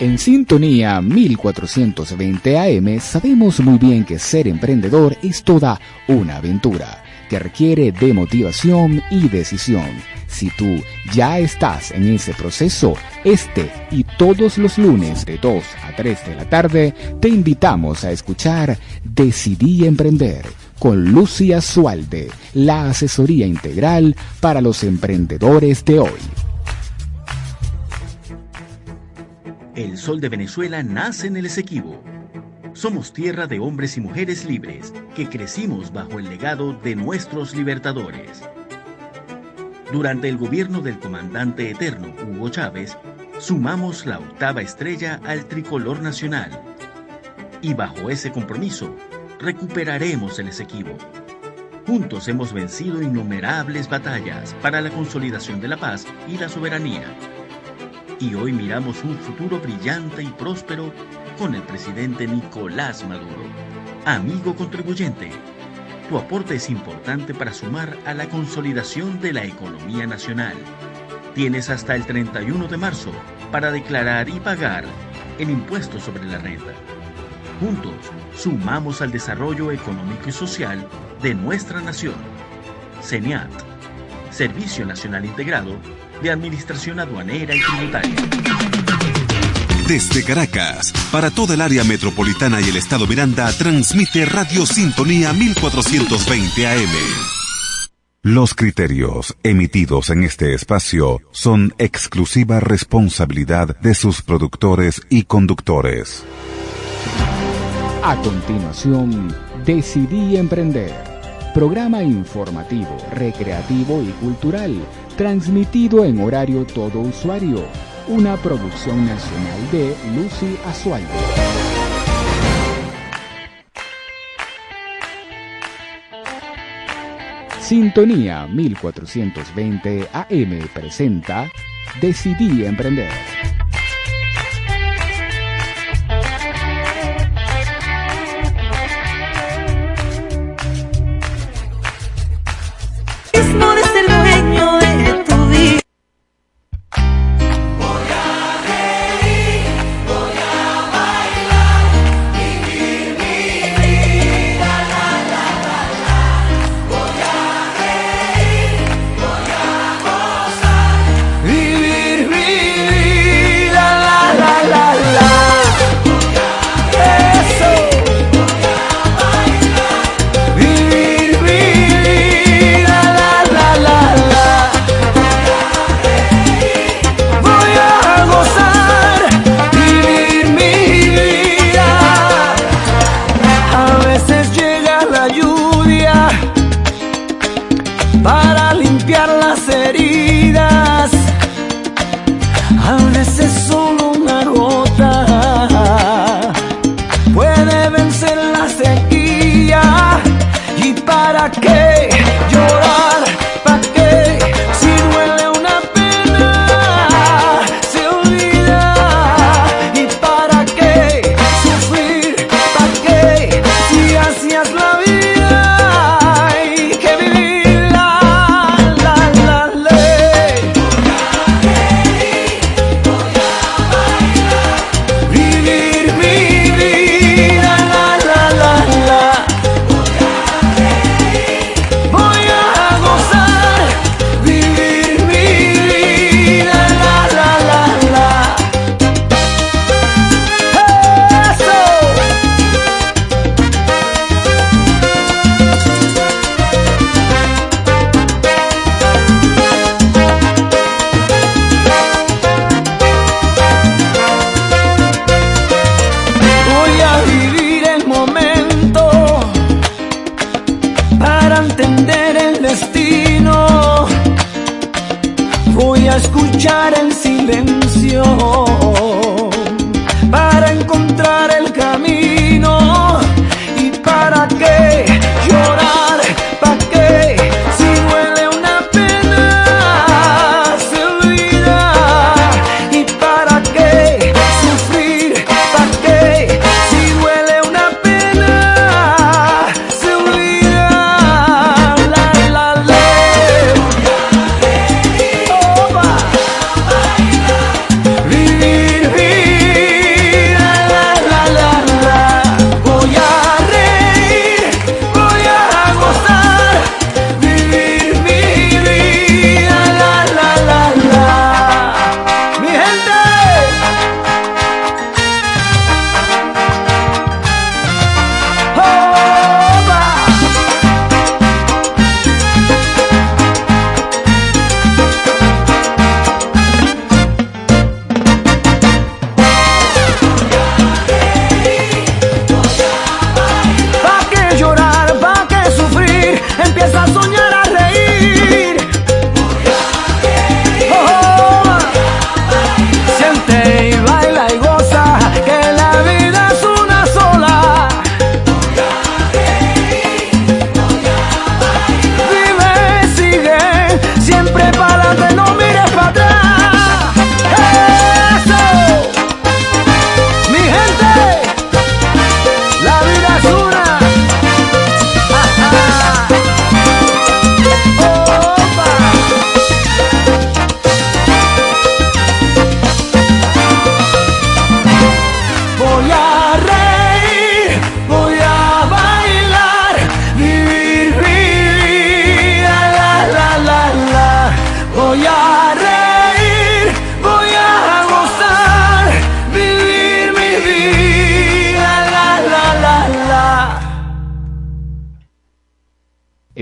En Sintonía 1420 AM sabemos muy bien que ser emprendedor es toda una aventura que requiere de motivación y decisión. Si tú ya estás en ese proceso, este y todos los lunes de 2 a 3 de la tarde, te invitamos a escuchar Decidí Emprender con Lucy Azualde, la asesoría integral para los emprendedores de hoy. El sol de Venezuela nace en el Esequibo. Somos tierra de hombres y mujeres libres que crecimos bajo el legado de nuestros libertadores. Durante el gobierno del comandante eterno Hugo Chávez, sumamos la 8ª estrella al tricolor nacional. Y bajo ese compromiso, recuperaremos el Esequibo. Juntos hemos vencido innumerables batallas para la consolidación de la paz y la soberanía. Y hoy miramos un futuro brillante y próspero con el presidente Nicolás Maduro. Amigo contribuyente, tu aporte es importante para sumar a la consolidación de la economía nacional. Tienes hasta el 31 de marzo para declarar y pagar el impuesto sobre la renta. Juntos, sumamos al desarrollo económico y social de nuestra nación. CENIAT, Servicio Nacional Integrado de Administración Aduanera y Tributaria. Desde Caracas, para toda el área metropolitana y el estado Miranda, transmite Radio Sintonía 1420 AM. Los criterios emitidos en este espacio son exclusiva responsabilidad de sus productores y conductores. A continuación, Decidí Emprender, programa informativo, recreativo y cultural, transmitido en horario todo usuario, una producción nacional de Lucy Azualde. Sintonía 1420 AM presenta Decidí Emprender.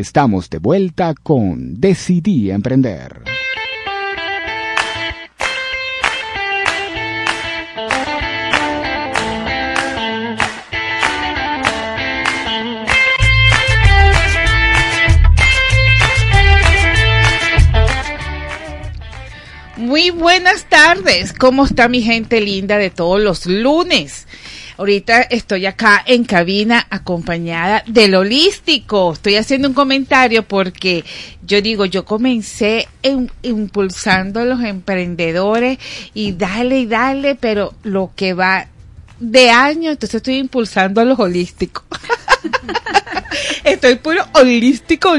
Estamos de vuelta con Decidí Emprender. Muy buenas tardes, ¿cómo está mi gente linda de todos los lunes? Ahorita estoy acá en cabina acompañada del holístico. Estoy haciendo un comentario porque yo comencé impulsando a los emprendedores y dale, pero lo que va de año, entonces estoy impulsando a los holísticos. Estoy puro holístico.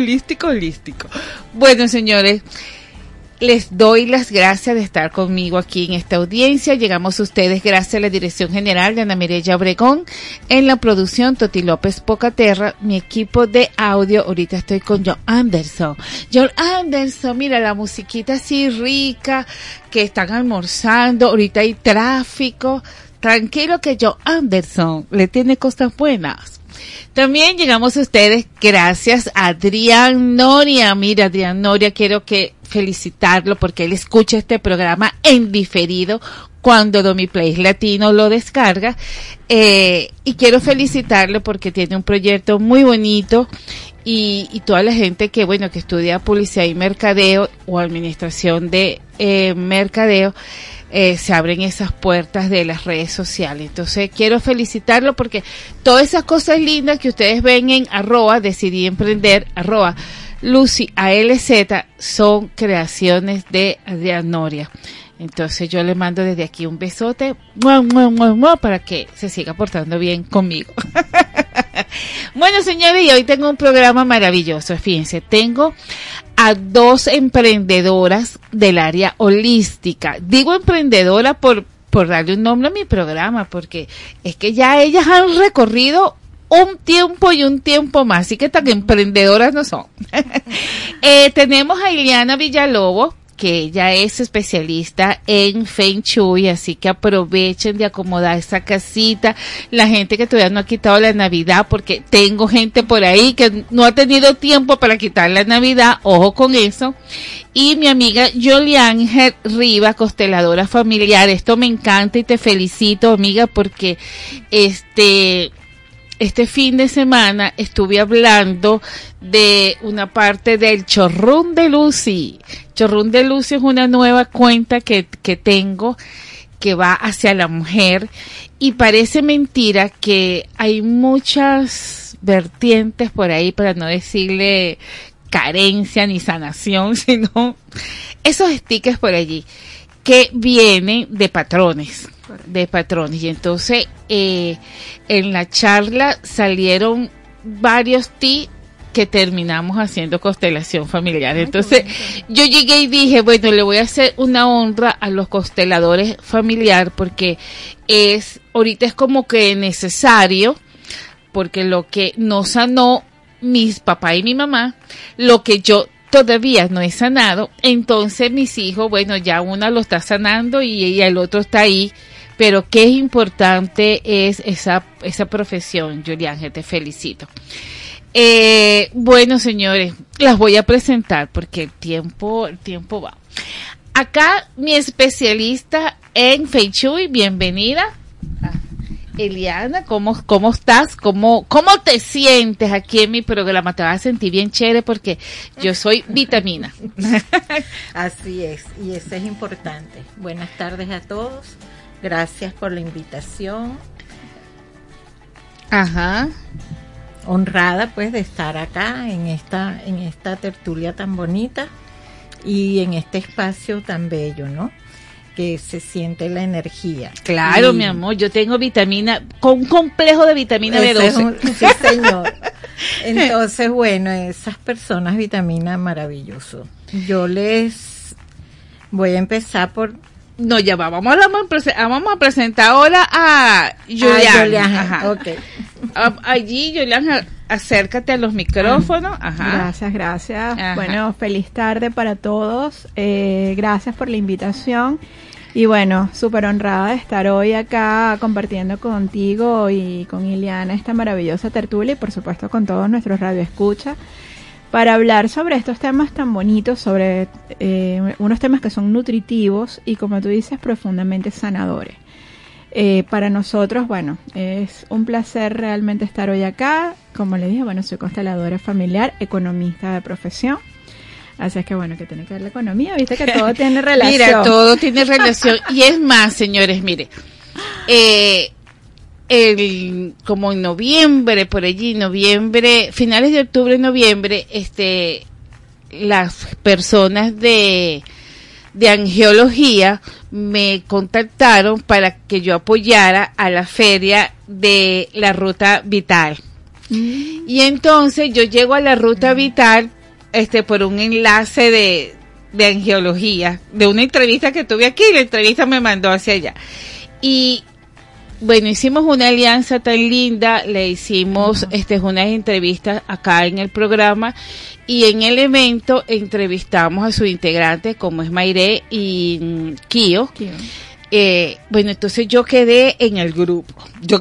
Bueno, señores, les doy las gracias de estar conmigo aquí en esta audiencia. Llegamos a ustedes gracias a la dirección general de Ana Mireya Obregón, en la producción Toti López Pocaterra, mi equipo de audio. Ahorita estoy con John Anderson. John Anderson, mira la musiquita así rica, que están almorzando, ahorita hay tráfico. Tranquilo que John Anderson le tiene cosas buenas. También llegamos a ustedes gracias a Adrián Noria. Mira, Adrián Noria, quiero felicitarlo porque él escucha este programa en diferido cuando Domiplay Latino lo descarga. Y quiero felicitarlo porque tiene un proyecto muy bonito y toda la gente que estudia publicidad y mercadeo o administración de mercadeo, se abren esas puertas de las redes sociales. Entonces quiero felicitarlo porque todas esas cosas lindas que ustedes ven en @decidí emprender, @Lucy ALZ, son creaciones de Adrián Noria. Entonces yo le mando desde aquí un besote para que se siga portando bien conmigo. Bueno, señores, y hoy tengo un programa maravilloso. Fíjense, tengo a 2 emprendedoras del área holística. Digo emprendedora por darle un nombre a mi programa, porque es que ya ellas han recorrido un tiempo y un tiempo más, así que tan emprendedoras no son. Tenemos a Ileana Villalobos, que ella es especialista en Feng Shui, así que aprovechen de acomodar esa casita. La gente que todavía no ha quitado la Navidad, porque tengo gente por ahí que no ha tenido tiempo para quitar la Navidad, ojo con eso. Y mi amiga Yoliángel Rivas, consteladora familiar. Esto me encanta y te felicito, amiga, porque este fin de semana estuve hablando de una parte del Chorrón de Lucy. Chorrón de Lucy es una nueva cuenta que tengo que va hacia la mujer, y parece mentira que hay muchas vertientes por ahí, para no decirle carencia ni sanación, sino esos stickers por allí que vienen de patrones. Y entonces en la charla salieron varios tips que terminamos haciendo constelación familiar. Entonces yo llegué y dije, bueno, le voy a hacer una honra a los consteladores familiar, porque ahorita es como que necesario, porque lo que no sanó mis papá y mi mamá, lo que yo todavía no he sanado, entonces mis hijos, ya una lo está sanando y el otro está ahí. Pero qué importante es esa profesión, Yoliángel, te felicito. Bueno, señores, las voy a presentar porque el tiempo va. Acá mi especialista en Feng Shui, bienvenida. Eliana, ¿cómo estás? ¿Cómo te sientes aquí en mi programa? Te vas a sentir bien chévere porque yo soy vitamina. Así es, y eso es importante. Buenas tardes a todos. Gracias por la invitación. Ajá. Honrada pues de estar acá en esta tertulia tan bonita y en este espacio tan bello, ¿no? Que se siente la energía. Claro, mi amor, yo tengo vitamina, con un complejo de vitamina B12. Sí, señor. Entonces, bueno, esas personas, vitamina, maravilloso. Yo les voy a empezar por... No, ya va, vamos a presentar ahora a Yoliángel. Ajá. Okay. Allí, Yoliángel, acércate a los micrófonos. Ajá. Gracias. Ajá. Bueno, feliz tarde para todos. Gracias por la invitación. Y bueno, súper honrada de estar hoy acá compartiendo contigo y con Ileana esta maravillosa tertulia, y por supuesto con todos nuestros radioescuchas, para hablar sobre estos temas tan bonitos, sobre unos temas que son nutritivos y, como tú dices, profundamente sanadores. Para nosotros, bueno, es un placer realmente estar hoy acá. Como le dije, bueno, soy consteladora familiar, economista de profesión. Así es que, bueno, que tiene que ver la economía, viste que todo tiene relación. Mira, todo tiene relación. Y es más, señores, mire, como en noviembre, por allí, finales de octubre, noviembre, las personas de angiología me contactaron para que yo apoyara a la feria de la Ruta Vital. Y entonces yo llego a la Ruta Vital por un enlace de angiología, de una entrevista que tuve aquí, la entrevista me mandó hacia allá. Y bueno, hicimos una alianza tan linda, le hicimos unas entrevistas acá en el programa, y en el evento entrevistamos a sus integrantes, como es Mayre y Kio. Bueno, entonces yo quedé en el grupo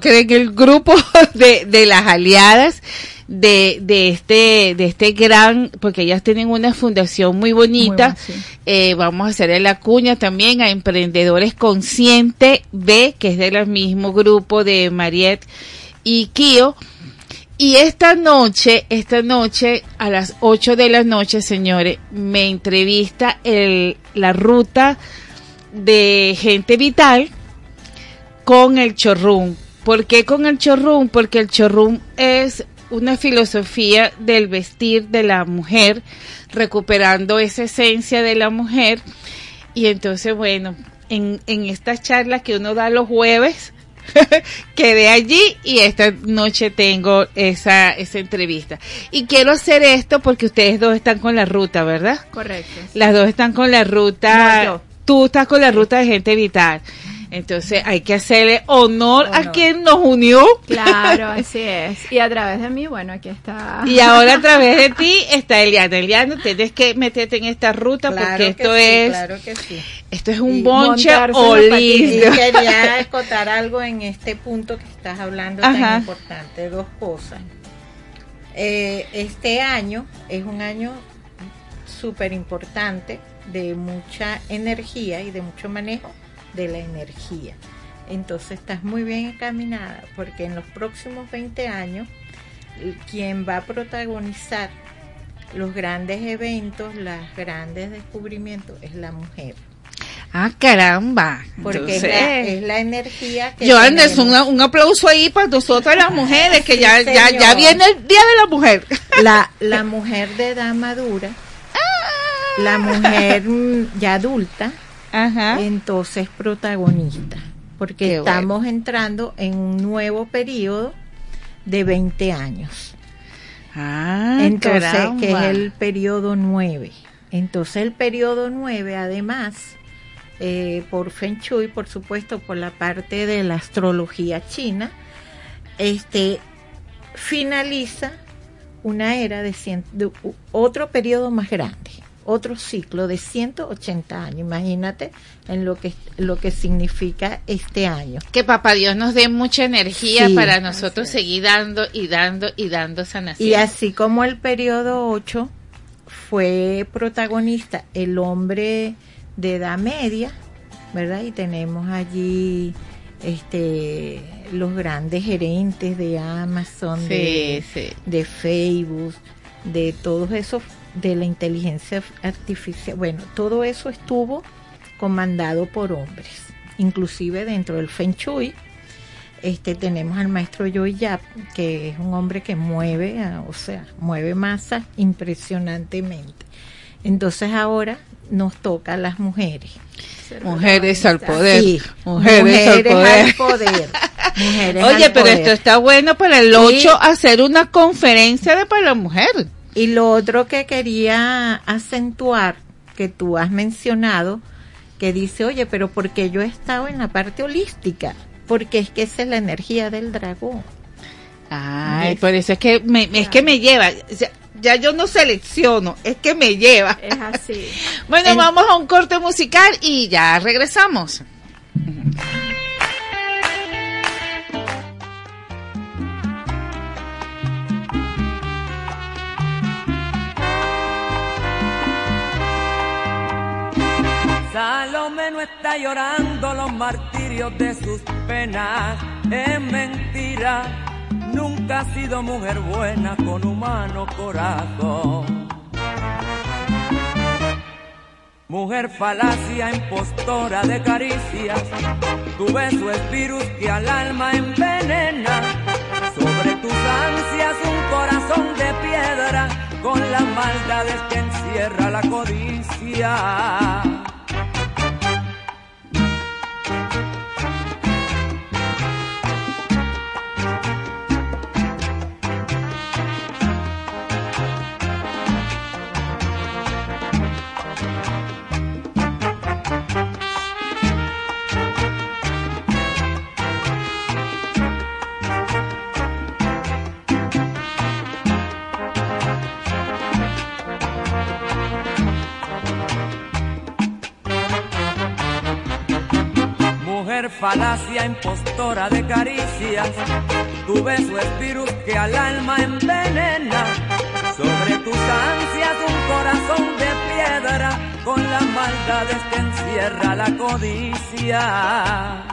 de las aliadas de este gran, porque ellas tienen una fundación muy bonita. Muy bueno, sí. Vamos a hacerle la cuña también a Emprendedores Consciente B, que es del mismo grupo de Mariette y Kio. Y esta noche, a las 8 de la noche, señores, me entrevista la ruta de Gente Vital con el chorrum. ¿Por qué con el chorrum? Porque el chorrum es una filosofía del vestir de la mujer, recuperando esa esencia de la mujer. Y entonces, bueno, en estas charlas que uno da los jueves, quedé allí y esta noche tengo esa entrevista. Y quiero hacer esto porque ustedes dos están con la ruta, ¿verdad? Correcto. Sí. Las dos están con la ruta. No, tú estás con la ruta de Gente Vital. Entonces hay que hacerle honor a quien nos unió. Claro, así es. Y a través de mí, bueno, aquí está. Y ahora a través de ti está Eliana. Eliana, tienes que meterte en esta ruta, claro, porque esto es... Claro que sí. Esto es un bonche holístico. Y quería acotar algo en este punto que estás hablando, tan importante. Dos cosas. Este año es un año súper importante, de mucha energía y de mucho manejo de la energía. Entonces estás muy bien encaminada, porque en los próximos 20 años quien va a protagonizar los grandes eventos, los grandes descubrimientos es la mujer. Ah, caramba. Porque es la energía que Johannes, un aplauso ahí para nosotras las mujeres, que sí, ya viene el Día de la Mujer. La mujer de edad madura, la mujer ya adulta, entonces protagonista, porque qué estamos bueno. Entrando en un nuevo periodo de 20 años. Entonces, caramba. Que es el periodo 9. Entonces el periodo 9, además, por Feng Shui, por supuesto, por la parte de la astrología china, finaliza una era de otro periodo más grande, otro ciclo de 180 años. Imagínate en lo que significa este año. Que papá Dios nos dé mucha energía, sí, para nosotros seguir dando y dando sanación. Y así como el periodo 8 fue protagonista el hombre de edad media, ¿verdad? Y tenemos allí los grandes gerentes de Amazon, sí, de Facebook, de todos esos, de la inteligencia artificial. Bueno, todo eso estuvo comandado por hombres, inclusive dentro del Feng Shui. Tenemos al maestro Joy Yap, que es un hombre que mueve masa impresionantemente. Entonces ahora nos toca a las mujeres. Mujeres al poder. Sí, mujeres al poder. Oye, pero esto está bueno para el 8 hacer una conferencia para la mujer. Y lo otro que quería acentuar, que tú has mencionado, que dice, oye, pero porque yo he estado en la parte holística, porque es que esa es la energía del dragón. Ay, por eso es que me lleva. Ya yo no selecciono, es que me lleva. Es así. Bueno, vamos a un corte musical y ya regresamos. está llorando los martirios de sus penas. Es mentira, nunca ha sido mujer buena con humano corazón. Mujer falacia, impostora de caricias, tu beso es virus que al alma envenena. Sobre tus ansias un corazón de piedra, con las maldades que encierra la codicia. Falacia, impostora de caricias, tu beso es virus que al alma envenena. Sobre tus ansias un corazón de piedra, con las maldades que encierra la codicia.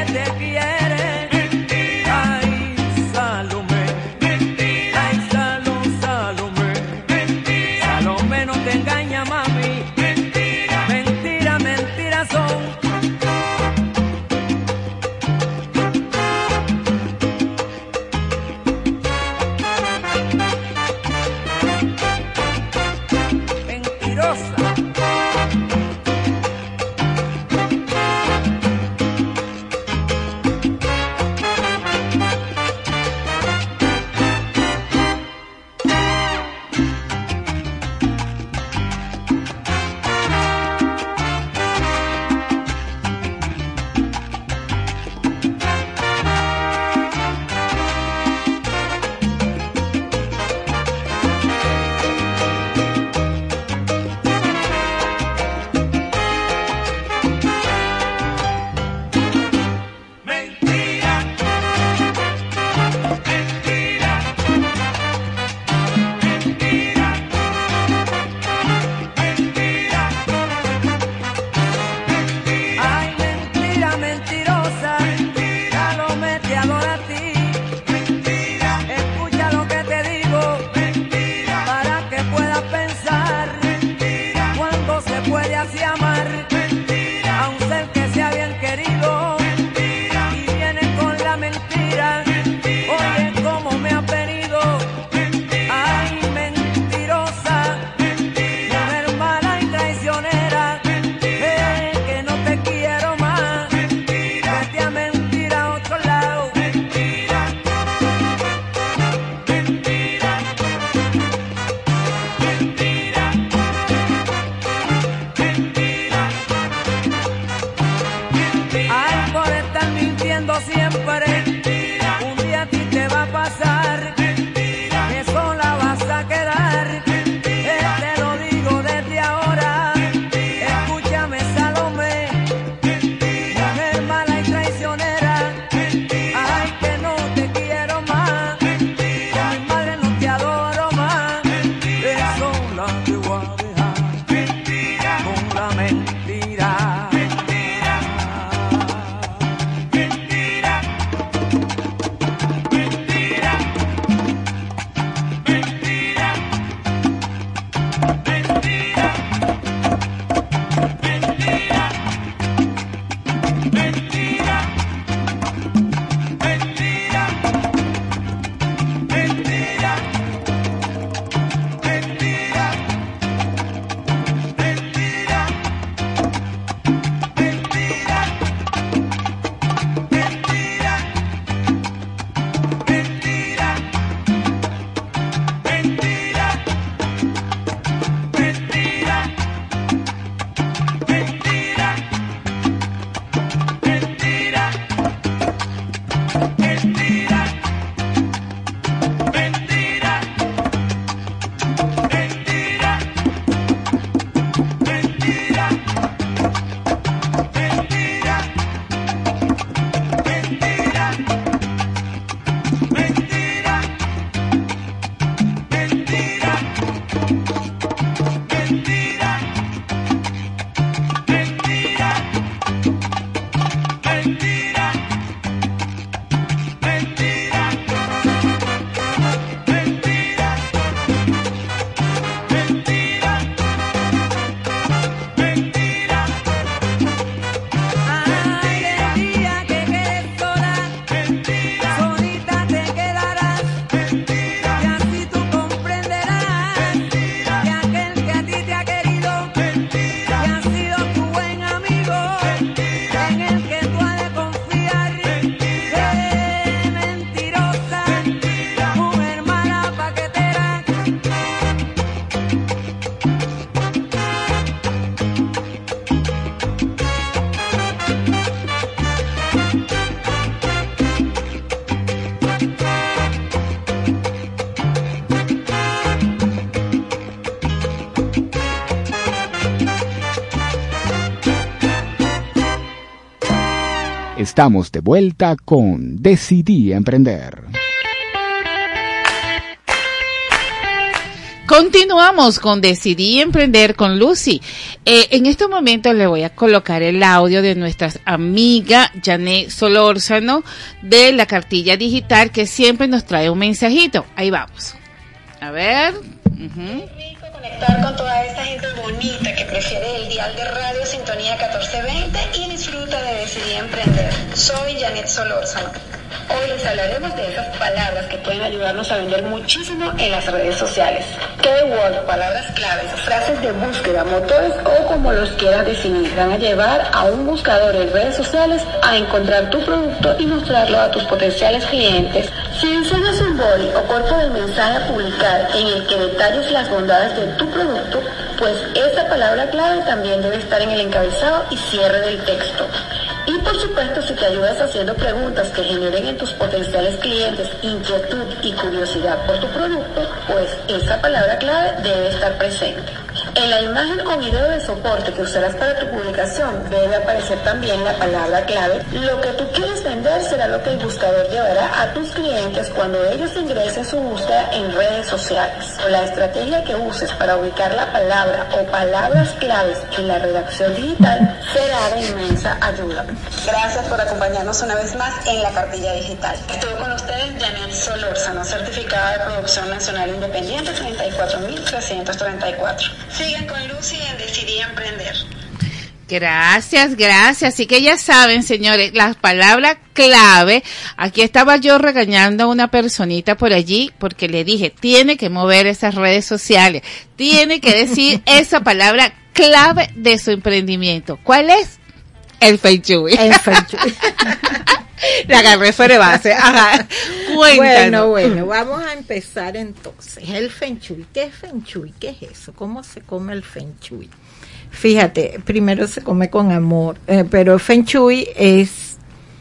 Salomé, ay Salomé. Estamos de vuelta con Decidí Emprender. Continuamos con Decidí Emprender con Lucy. En estos momentos le voy a colocar el audio de nuestra amiga Janet Solórzano de la cartilla digital, que siempre nos trae un mensajito. Ahí vamos. A ver. Rico conectar con toda esta gente bonita que prefiere el dial de Radio Sintonía 1420 y disfruta de Decidí Emprender. Soy Janet Solórzano. Hoy les hablaremos de esas palabras que pueden ayudarnos a vender muchísimo en las redes sociales. Keyword, palabras claves, frases de búsqueda, motores o como los quieras definir, van a llevar a un buscador en redes sociales a encontrar tu producto y mostrarlo a tus potenciales clientes. Si enseñas un body o cuerpo del mensaje a publicar en el que detalles las bondades de tu producto, pues esa palabra clave también debe estar en el encabezado y cierre del texto. Y por supuesto, si te ayudas haciendo preguntas que generen en tus potenciales clientes inquietud y curiosidad por tu producto, pues esa palabra clave debe estar presente. En la imagen o video de soporte que usarás para tu publicación debe aparecer también la palabra clave. Lo que tú quieres vender será lo que el buscador llevará a tus clientes cuando ellos ingresen su búsqueda en redes sociales. La estrategia que uses para ubicar la palabra o palabras claves en la redacción digital será de inmensa ayuda. Gracias por acompañarnos una vez más en la cartilla digital. Estuvo con ustedes Janet Solórzano, certificada de Producción Nacional Independiente 34.334. Sigan con Lucy en Decidí Emprender. Gracias. Así que ya saben, señores, las palabras clave. Aquí estaba yo regañando a una personita por allí porque le dije, tiene que mover esas redes sociales, tiene que decir esa palabra clave de su emprendimiento. ¿Cuál es? El Feng Shui. El Feng Shui. La agarré sobre base. Ajá. Cuéntanos. Bueno, vamos a empezar entonces. El Feng Shui. ¿Qué es Feng Shui? ¿Qué es eso? ¿Cómo se come el Feng Shui? Fíjate, primero se come con amor, pero el Feng Shui es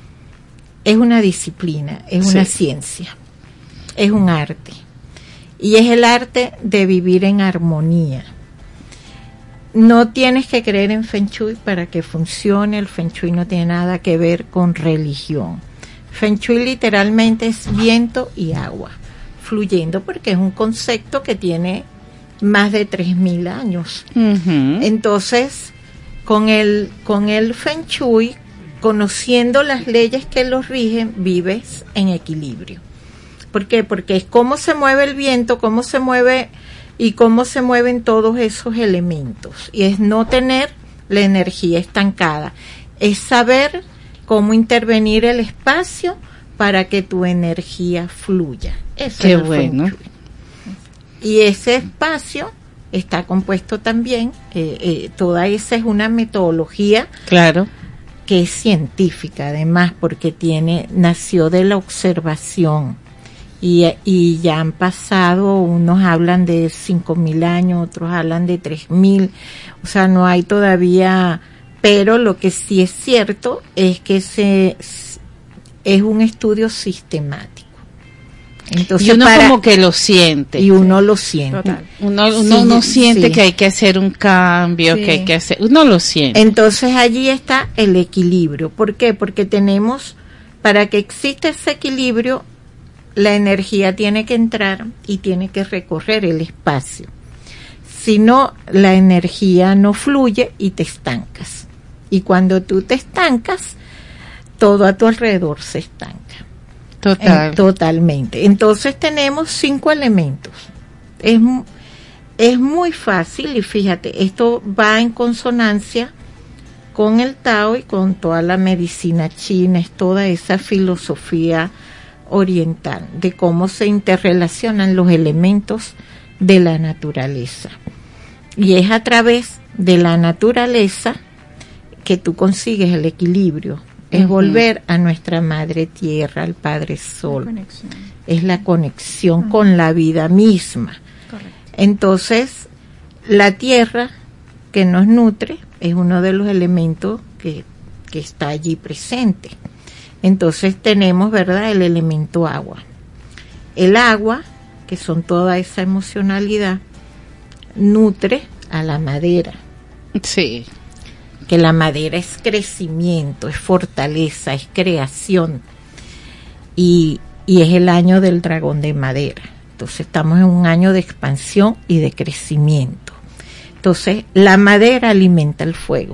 una disciplina, es una ciencia, es un arte. Y es el arte de vivir en armonía. No tienes que creer en Feng Shui para que funcione. El Feng Shui no tiene nada que ver con religión. Feng Shui literalmente es viento y agua fluyendo, porque es un concepto que tiene más de 3.000 años. Uh-huh. Entonces, con el Feng Shui, conociendo las leyes que los rigen, vives en equilibrio. ¿Por qué? Porque es cómo se mueve el viento, cómo se mueve y cómo se mueven todos esos elementos. Y es no tener la energía estancada. Es saber cómo intervenir el espacio para que tu energía fluya. Eso Qué es el bueno. Feng Shui. Y ese espacio está compuesto también, toda esa es una metodología. Claro. Que es científica además, porque nació de la observación. Y ya han pasado, unos hablan de 5.000 años, otros hablan de 3.000, o sea, no hay todavía, pero lo que sí es cierto es que es un estudio sistemático. Entonces, y uno como que lo siente. Y uno lo siente. Total. Uno siente que hay que hacer un cambio, que hay que hacer, uno lo siente. Entonces allí está el equilibrio. ¿Por qué? Porque para que exista ese equilibrio, la energía tiene que entrar y tiene que recorrer el espacio. Si no, la energía no fluye y te estancas. Y cuando tú te estancas, todo a tu alrededor se estanca. Totalmente. Entonces tenemos 5 elementos. Es muy fácil y fíjate, esto va en consonancia con el Tao y con toda la medicina china, es toda esa filosofía oriental de cómo se interrelacionan los elementos de la naturaleza. Y es a través de la naturaleza que tú consigues el equilibrio. Es volver a nuestra madre tierra, al Padre Sol. Es la conexión con la vida misma. Correcto. Entonces, la tierra que nos nutre es uno de los elementos que está allí presente. Entonces tenemos, ¿verdad?, el elemento agua. El agua, que son toda esa emocionalidad, nutre a la madera. Sí. que la madera es crecimiento, es fortaleza, es creación, y es el año del dragón de madera. Entonces estamos en un año de expansión y de crecimiento. Entonces la madera alimenta el fuego.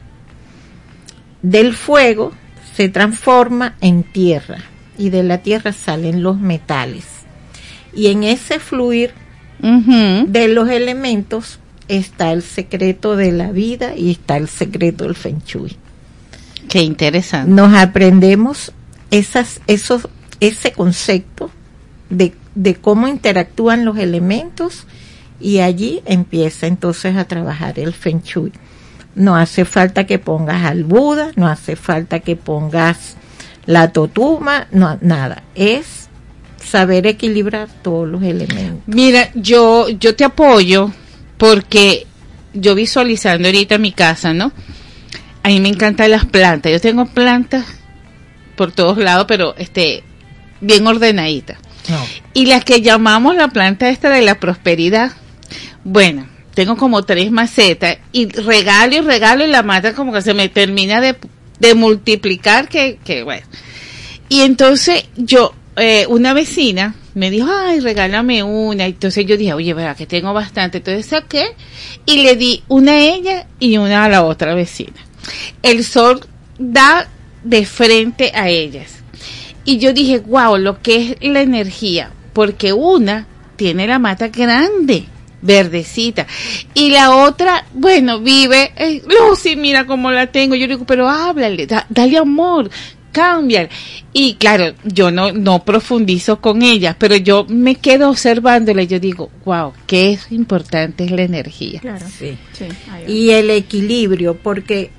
Del fuego se transforma en tierra y de la tierra salen los metales. Y en ese fluir de los elementos está el secreto de la vida y está el secreto del Feng Shui. Qué interesante. Nos aprendemos ese concepto de cómo interactúan los elementos, y allí empieza entonces a trabajar el Feng Shui. No hace falta que pongas al Buda, no hace falta que pongas la totuma, no, nada. Es saber equilibrar todos los elementos. Mira, yo te apoyo, porque yo visualizando ahorita mi casa, ¿no? A mí me encantan las plantas. Yo tengo plantas por todos lados, pero bien ordenaditas. No. Y las que llamamos la planta esta de la prosperidad, bueno, tengo como 3 macetas y regalo y la mata como que se me termina de multiplicar, que bueno. Y entonces yo, una vecina me dijo, ay, regálame una. Entonces yo dije, oye, verdad que tengo bastante. Entonces saqué y le di una a ella y una a la otra vecina. El sol da de frente a ellas. Y yo dije, wow, lo que es la energía, porque una tiene la mata grande, verdecita, y la otra, bueno, vive, Lucy, mira cómo la tengo. Yo digo, pero háblale, dale amor, cámbiale. Y claro, yo no profundizo con ella, pero yo me quedo observándola y yo digo, wow, qué es importante es la energía. Claro. Sí. Y el equilibrio, porque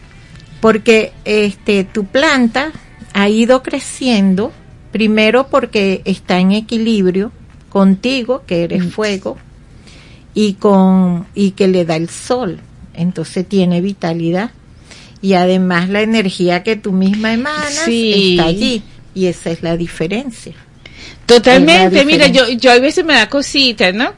tu planta ha ido creciendo, primero porque está en equilibrio contigo, que eres fuego, y que le da el sol, entonces tiene vitalidad, y además la energía que tú misma emanas está allí, y esa es la diferencia. Totalmente. Mira, yo a veces me da cosita, ¿no?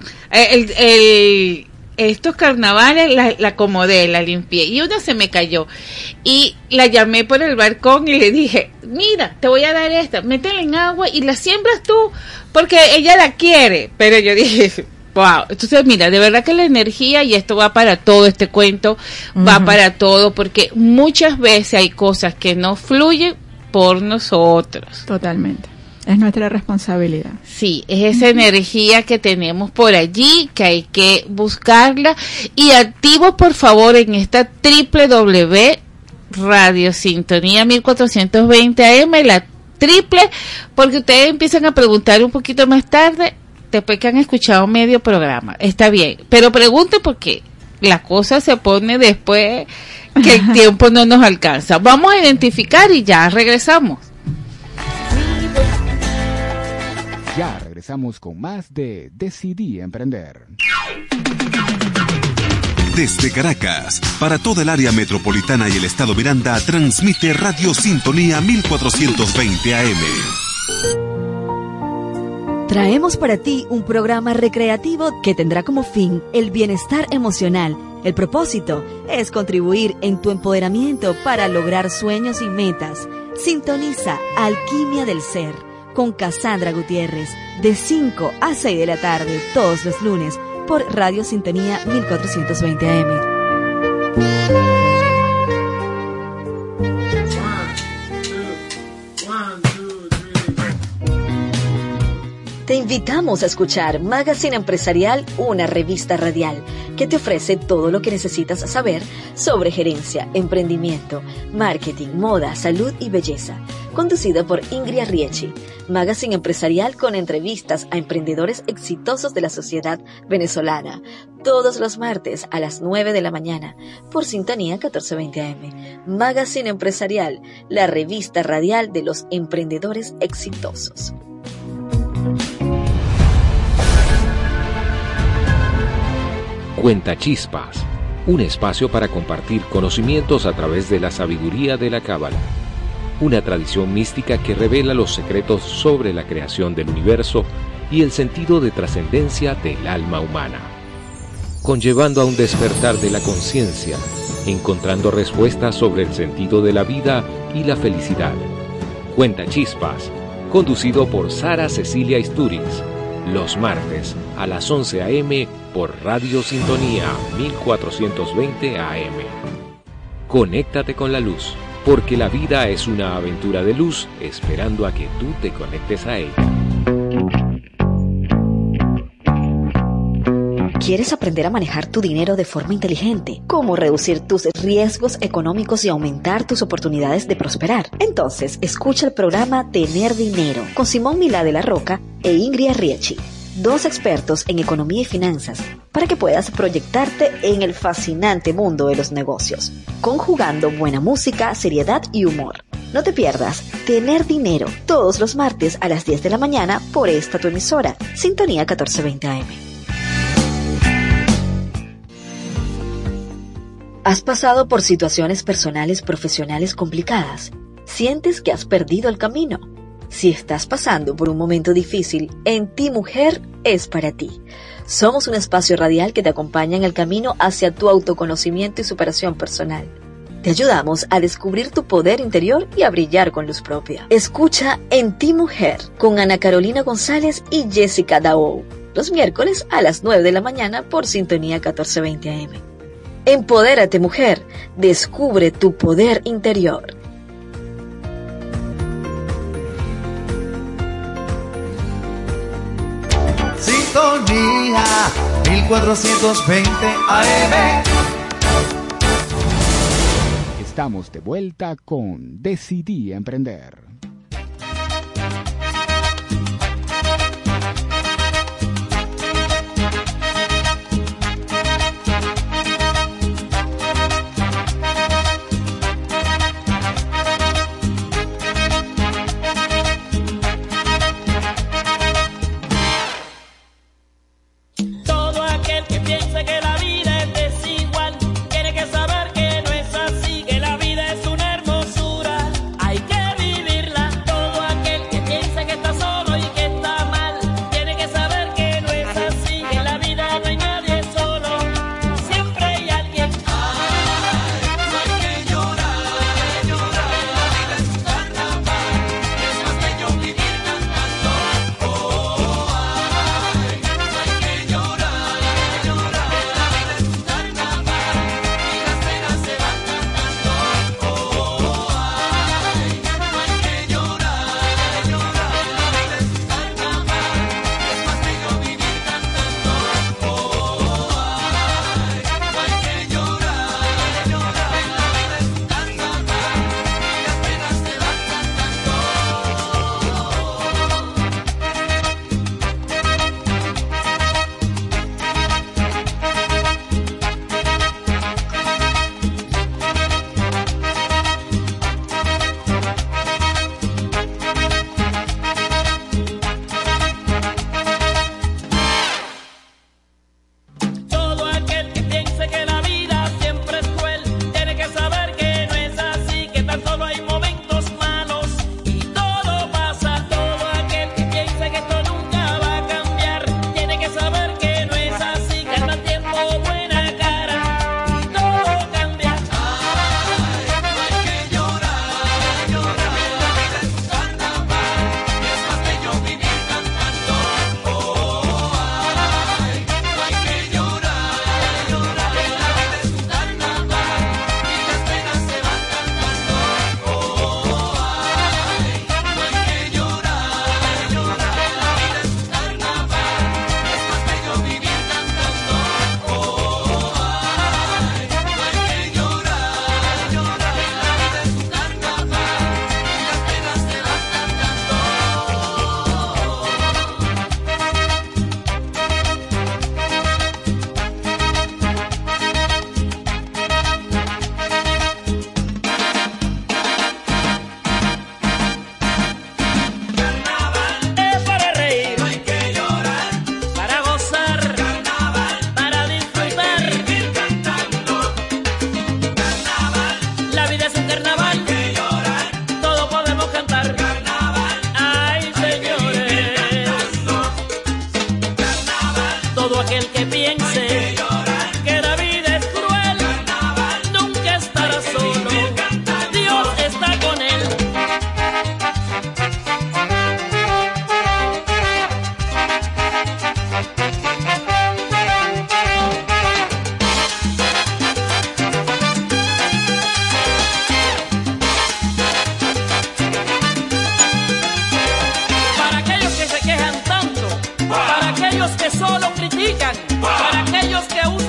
Estos carnavales la acomodé, la limpié y una se me cayó y la llamé por el balcón y le dije, mira, te voy a dar esta, métela en agua y la siembras tú porque ella la quiere. Pero yo dije, wow, entonces mira, de verdad que la energía, y esto va para todo, este cuento va para todo, porque muchas veces hay cosas que no fluyen por nosotros. Totalmente. Es nuestra responsabilidad. Sí, es esa energía que tenemos por allí, que hay que buscarla. Y activos, por favor, en esta Radio Sintonía 1420 AM, la triple, porque ustedes empiezan a preguntar un poquito más tarde, después que han escuchado medio programa. Está bien, pero pregunten porque la cosa se pone después que el tiempo no nos alcanza. Vamos a identificar y ya regresamos. Ya regresamos con más de Decidí Emprender. Desde Caracas, para toda el área metropolitana y el estado Miranda, transmite Radio Sintonía 1420 AM. Traemos para ti un programa recreativo que tendrá como fin el bienestar emocional. El propósito es contribuir en tu empoderamiento para lograr sueños y metas. Sintoniza Alquimia del Ser con Cassandra Gutiérrez, de 5 a 6 de la tarde, todos los lunes, por Radio Sintonía 1420 AM. Te invitamos a escuchar Magazine Empresarial, una revista radial que te ofrece todo lo que necesitas saber sobre gerencia, emprendimiento, marketing, moda, salud y belleza. Conducida por Ingrid Arriechi. Magazine Empresarial con entrevistas a emprendedores exitosos de la sociedad venezolana. Todos los martes a las 9 de la mañana por Sintonía 1420 AM. Magazine Empresarial, la revista radial de los emprendedores exitosos. Cuenta Chispas, un espacio para compartir conocimientos a través de la sabiduría de la Cábala, una tradición mística que revela los secretos sobre la creación del universo y el sentido de trascendencia del alma humana, conllevando a un despertar de la conciencia encontrando respuestas sobre el sentido de la vida y la felicidad. Cuenta Chispas, conducido por Sara Cecilia Isturiz, los martes a las 11 a.m. por Radio Sintonía 1420 AM. Conéctate con la luz, porque la vida es una aventura de luz esperando a que tú te conectes a ella. ¿Quieres aprender a manejar tu dinero de forma inteligente? ¿Cómo reducir tus riesgos económicos y aumentar tus oportunidades de prosperar? Entonces, escucha el programa Tener Dinero con Simón Milá de la Roca e Ingrid Arriachi, dos expertos en economía y finanzas, para que puedas proyectarte en el fascinante mundo de los negocios, conjugando buena música, seriedad y humor. No te pierdas Tener Dinero todos los martes a las 10 de la mañana por esta tu emisora, Sintonía 1420 AM. ¿Has pasado por situaciones personales profesionales complicadas? ¿Sientes que has perdido el camino? Si estás pasando por un momento difícil, En Ti Mujer es para ti. Somos un espacio radial que te acompaña en el camino hacia tu autoconocimiento y superación personal. Te ayudamos a descubrir tu poder interior y a brillar con luz propia. Escucha En Ti Mujer con Ana Carolina González y Jessica Daou, los miércoles a las 9 de la mañana por Sintonía 1420 AM. Empodérate, mujer. Descubre tu poder interior. Sintonía 1420 AM. Estamos de vuelta con Decidí Emprender. Tiene que saber que no es así, que la vida es una hermosura. Hay que vivirla.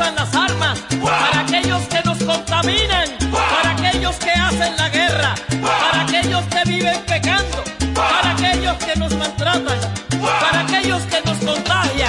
llevan las armas, para aquellos que nos contaminan, para aquellos que hacen la guerra, para aquellos que viven pecando, para aquellos que nos maltratan, para aquellos que nos contagian.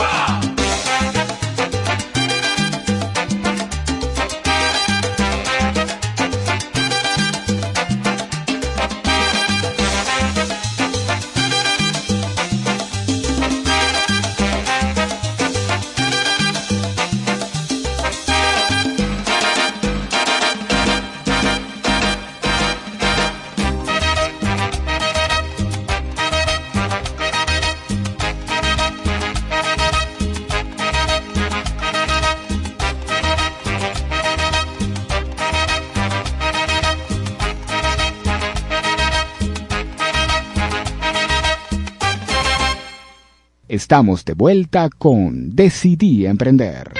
Estamos de vuelta con Decidí Emprender.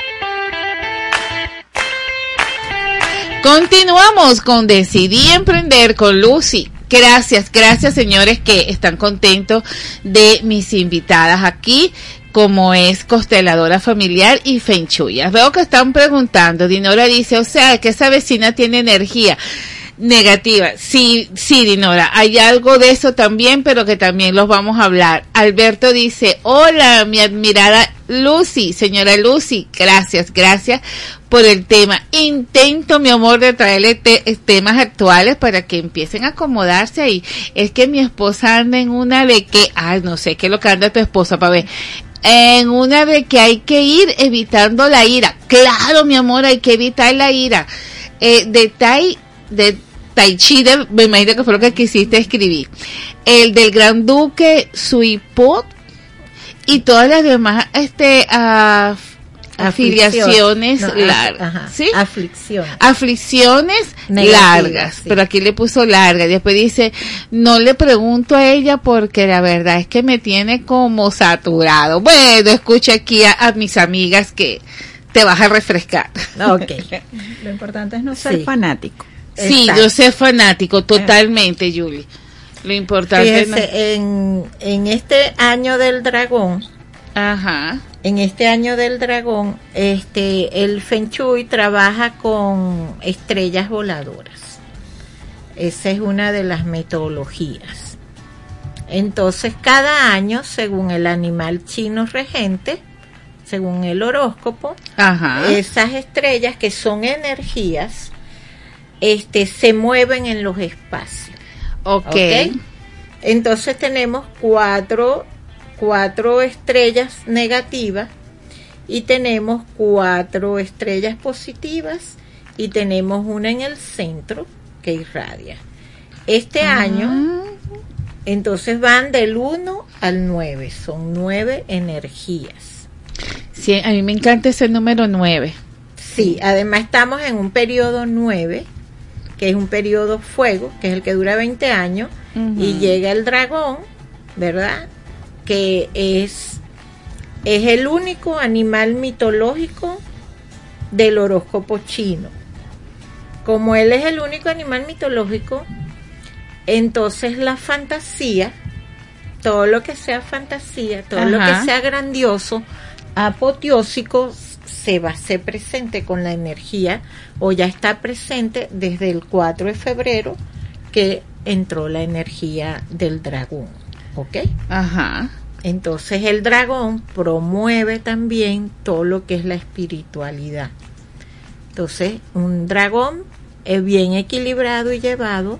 Continuamos con Decidí Emprender con Lucy. Gracias señores que están contentos de mis invitadas aquí, como es consteladora familiar y Feng Shui. Veo que están preguntando, Dinora dice, o sea, que esa vecina tiene energía negativa. Sí, Dinora, hay algo de eso también, pero que también los vamos a hablar. Alberto dice, hola, mi admirada Lucy, señora Lucy, gracias por el tema. Intento, mi amor, de traerle temas actuales para que empiecen a acomodarse ahí. Es que mi esposa anda en una de que, no sé qué es lo que anda tu esposa, para ver. En una de que hay que ir evitando la ira. Claro, mi amor, hay que evitar la ira. De Tai Chi, me imagino que fue lo que quisiste escribir. El del Gran Duque, Suipot y todas las demás afiliaciones largas. ¿Sí? Aflicciones largas. Pero aquí le puso larga. Después dice, no le pregunto a ella porque la verdad es que me tiene como saturado. Bueno, escucha aquí a mis amigas que te vas a refrescar. Okay. Lo importante es no ser fanático. Sí, exacto. Yo soy fanático totalmente, Julie. Lo importante es en este año del dragón. Ajá. En este año del dragón, el Feng Shui trabaja con estrellas voladoras. Esa es una de las metodologías. Entonces, cada año, según el animal chino regente, según el horóscopo, esas estrellas que son energías, se mueven en los espacios. Okay. Entonces tenemos cuatro estrellas negativas y tenemos 4 estrellas positivas y tenemos una en el centro que irradia. Este año, entonces van del 1 al 9, son 9 energías. Sí, a mí me encanta ese número 9. Sí, además estamos en un periodo 9, que es un periodo fuego, que es el que dura 20 años, y llega el dragón, ¿verdad?, que es el único animal mitológico del horóscopo chino. Como él es el único animal mitológico, entonces la fantasía, todo lo que sea fantasía, todo lo que sea grandioso, apoteósico, se va a hacer presente con la energía, o ya está presente desde el 4 de febrero que entró la energía del dragón. ¿Ok? Ajá. Entonces el dragón promueve también todo lo que es la espiritualidad. Entonces un dragón bien equilibrado y llevado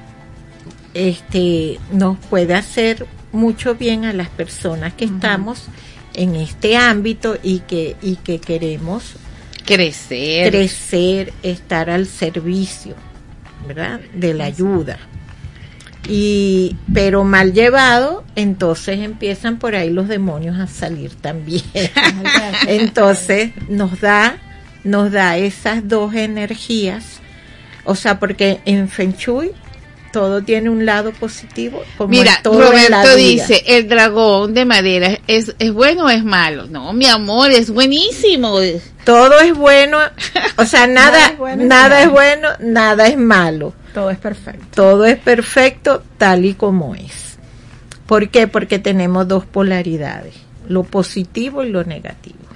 nos puede hacer mucho bien a las personas que estamos en este ámbito y que queremos crecer, estar al servicio, ¿verdad?, de la ayuda. Pero mal llevado, entonces empiezan por ahí los demonios a salir también. Entonces nos da esas dos energías, o sea, porque en Feng Shui todo tiene un lado positivo. Como mira, Roberto dice, el dragón de madera ¿es bueno o es malo? No, mi amor, es buenísimo. Todo es bueno, o sea, nada es bueno, nada es malo. Todo es perfecto. Todo es perfecto tal y como es. ¿Por qué? Porque tenemos dos polaridades, lo positivo y lo negativo.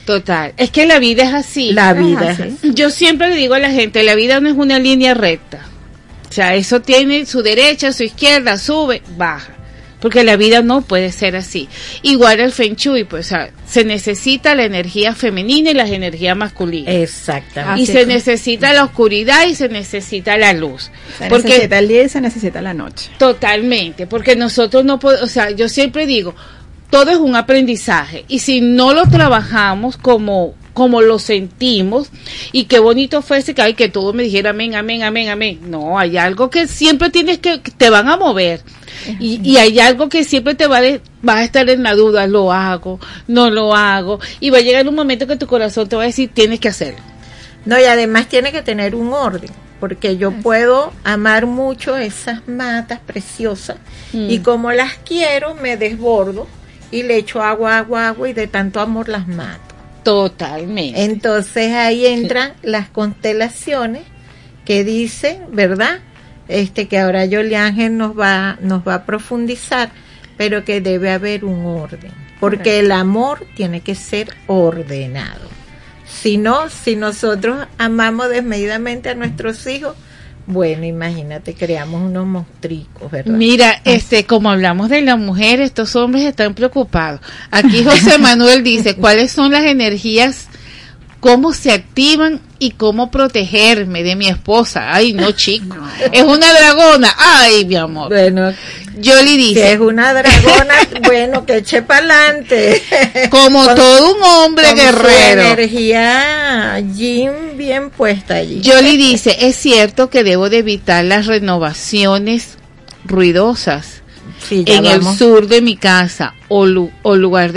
Total. Es que la vida es así. La vida es así. Yo siempre le digo a la gente, la vida no es una línea recta. O sea, eso tiene su derecha, su izquierda, sube, baja. Porque la vida no puede ser así. Igual el Feng Shui, pues, o sea, se necesita la energía femenina y la energía masculina. Exactamente. Y se necesita la oscuridad y se necesita la luz. Se necesita el día y se necesita la noche. Totalmente, porque nosotros no podemos, o sea, yo siempre digo, todo es un aprendizaje. Y si no lo trabajamos como lo sentimos, y qué bonito fuese que, que todo me dijera amén, amén, amén, amén. No, hay algo que siempre tienes que te van a mover. Y hay algo que siempre te vas a estar en la duda, lo hago, no lo hago, y va a llegar un momento que tu corazón te va a decir, tienes que hacerlo. No, y además tiene que tener un orden, porque yo puedo amar mucho esas matas preciosas, y como las quiero, me desbordo, y le echo agua, y de tanto amor las mato. Totalmente. Entonces ahí entran las constelaciones que dice, ¿verdad? Que ahora Yoli Ángel nos va a profundizar, pero que debe haber un orden, porque el amor tiene que ser ordenado. Si no, si nosotros amamos desmedidamente a nuestros hijos, bueno, imagínate, creamos unos monstruos, ¿verdad? Mira, como hablamos de la mujer, estos hombres están preocupados. Aquí José Manuel dice, ¿cuáles son las energías? ¿Cómo se activan y cómo protegerme de mi esposa? Ay, no, chico. No. Es una dragona. Ay, mi amor. Bueno, Yoli dice. Si es una dragona, bueno, que eche pa'lante. Como todo un hombre guerrero. Su energía yin bien puesta allí. Yoli dice, es cierto que debo de evitar las renovaciones ruidosas en el sur de mi casa o el lugar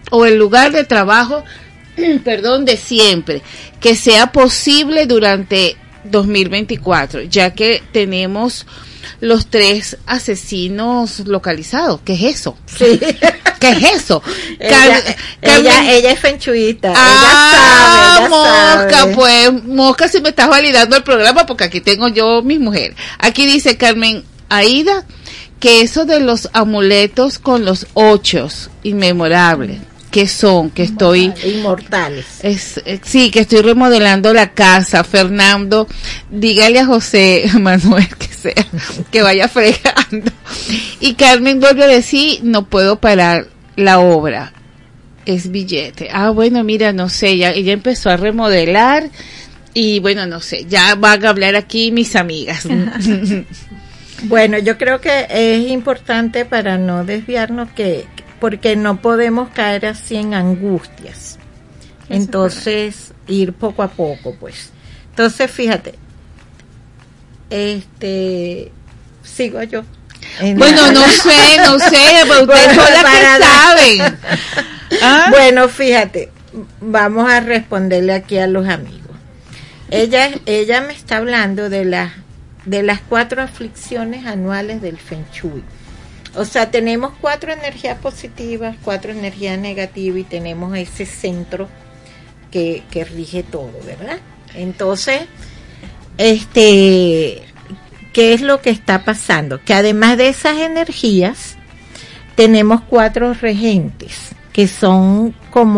de trabajo, perdón, de siempre, que sea posible durante 2024, ya que tenemos los 3 asesinos localizados. ¿Qué es eso? Sí. ¿Qué es eso? Ella es fenchuita. Ella sabe. Pues, Mosca, si me estás validando el programa, porque aquí tengo yo mis mujeres. Aquí dice Carmen Aida que eso de los amuletos con los 8 inmemorables, que son, que estoy inmortales. Sí, que estoy remodelando la casa. Fernando, dígale a José Manuel que vaya fregando. Y Carmen vuelve a decir, no puedo parar la obra, es billete. Bueno, mira, no sé, ella empezó a remodelar y bueno, no sé, ya van a hablar aquí mis amigas. Bueno, yo creo que es importante, para no desviarnos, porque no podemos caer así en angustias. Entonces, ir poco a poco, pues. Entonces, fíjate, sigo yo. Bueno, no sé, pero ustedes son las que saben. Bueno, fíjate, vamos a responderle aquí a los amigos. Ella me está hablando de las 4 aflicciones anuales del Feng Shui. O sea, tenemos 4 energías positivas, 4 energías negativas, y tenemos ese centro que rige todo, ¿verdad? Entonces, ¿qué es lo que está pasando? Que además de esas energías, tenemos 4 regentes, que son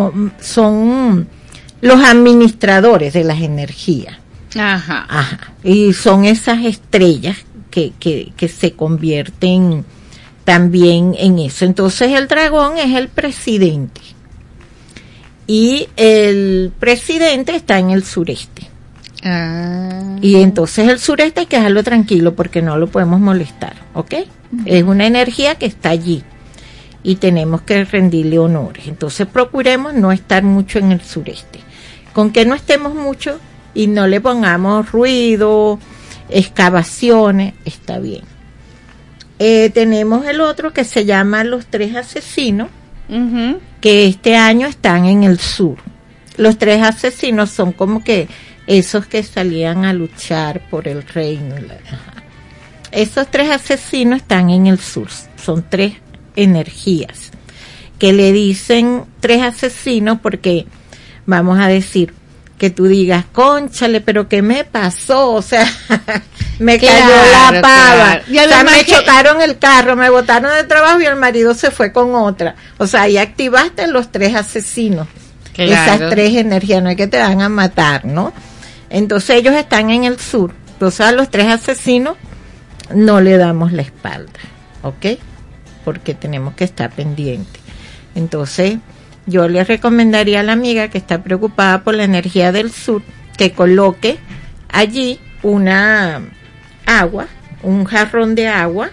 los administradores de las energías. Ajá. Y son esas estrellas que se convierten también en eso. Entonces el dragón es el presidente, y el presidente está en el sureste. Y entonces el sureste hay que dejarlo tranquilo, porque no lo podemos molestar, ¿ok? Es una energía que está allí y tenemos que rendirle honores. Entonces procuremos no estar mucho en el sureste. Con que no estemos mucho y no le pongamos ruido, excavaciones, está bien. Tenemos el otro que se llama los 3 asesinos, que este año están en el sur. Los 3 asesinos son como que esos que salían a luchar por el reino. Esos 3 asesinos están en el sur. Son 3 energías que le dicen 3 asesinos, porque vamos a decir que tú digas, cónchale, pero ¿qué me pasó? O sea, me cayó la pava. Y o sea, me chocaron el carro, me botaron del trabajo y el marido se fue con otra. O sea, ahí activaste los 3 asesinos. Claro. Esas 3 energías, no es que te van a matar, ¿no? Entonces ellos están en el sur. Entonces a los 3 asesinos no le damos la espalda, ¿ok? Porque tenemos que estar pendientes. Entonces yo le recomendaría a la amiga que está preocupada por la energía del sur que coloque allí una agua, un jarrón de agua,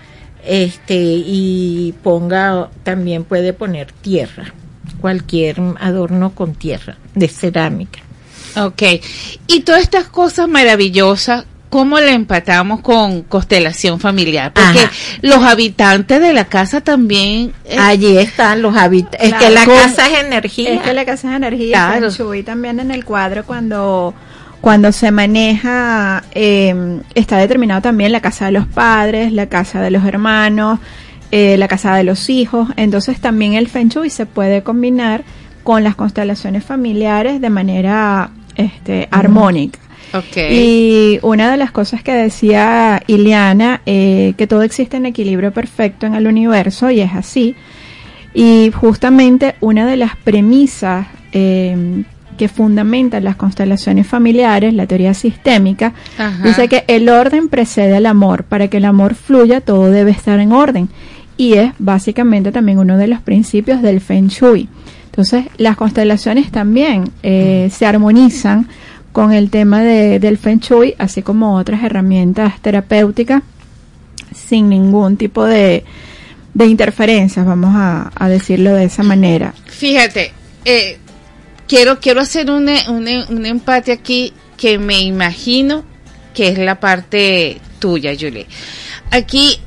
y ponga, también puede poner tierra, cualquier adorno con tierra, de cerámica. Okay. Y todas estas cosas maravillosas, ¿cómo le empatamos con constelación familiar? Porque Ajá. los habitantes de la casa también... allí están los habitantes. Claro, es que la ¿cómo? casa es energía. Es que la casa es energía. Claro. Feng Shui también en el cuadro cuando se maneja, está determinado también la casa de los padres, la casa de los hermanos, la casa de los hijos. Entonces también el Feng Shui se puede combinar con las constelaciones familiares de manera armónica. Okay. Y una de las cosas que decía Ileana, que todo existe en equilibrio perfecto en el universo, y es así. Y justamente una de las premisas que fundamentan las constelaciones familiares, la teoría sistémica, Ajá. dice que el orden precede al amor. Para que el amor fluya, todo debe estar en orden. Y es básicamente también uno de los principios del Feng Shui. Entonces, las constelaciones también se armonizan con el tema del Feng Shui, así como otras herramientas terapéuticas, sin ningún tipo de interferencias, vamos a decirlo de esa manera. Fíjate, quiero hacer un empate aquí que me imagino que es la parte tuya, Julie. Aquí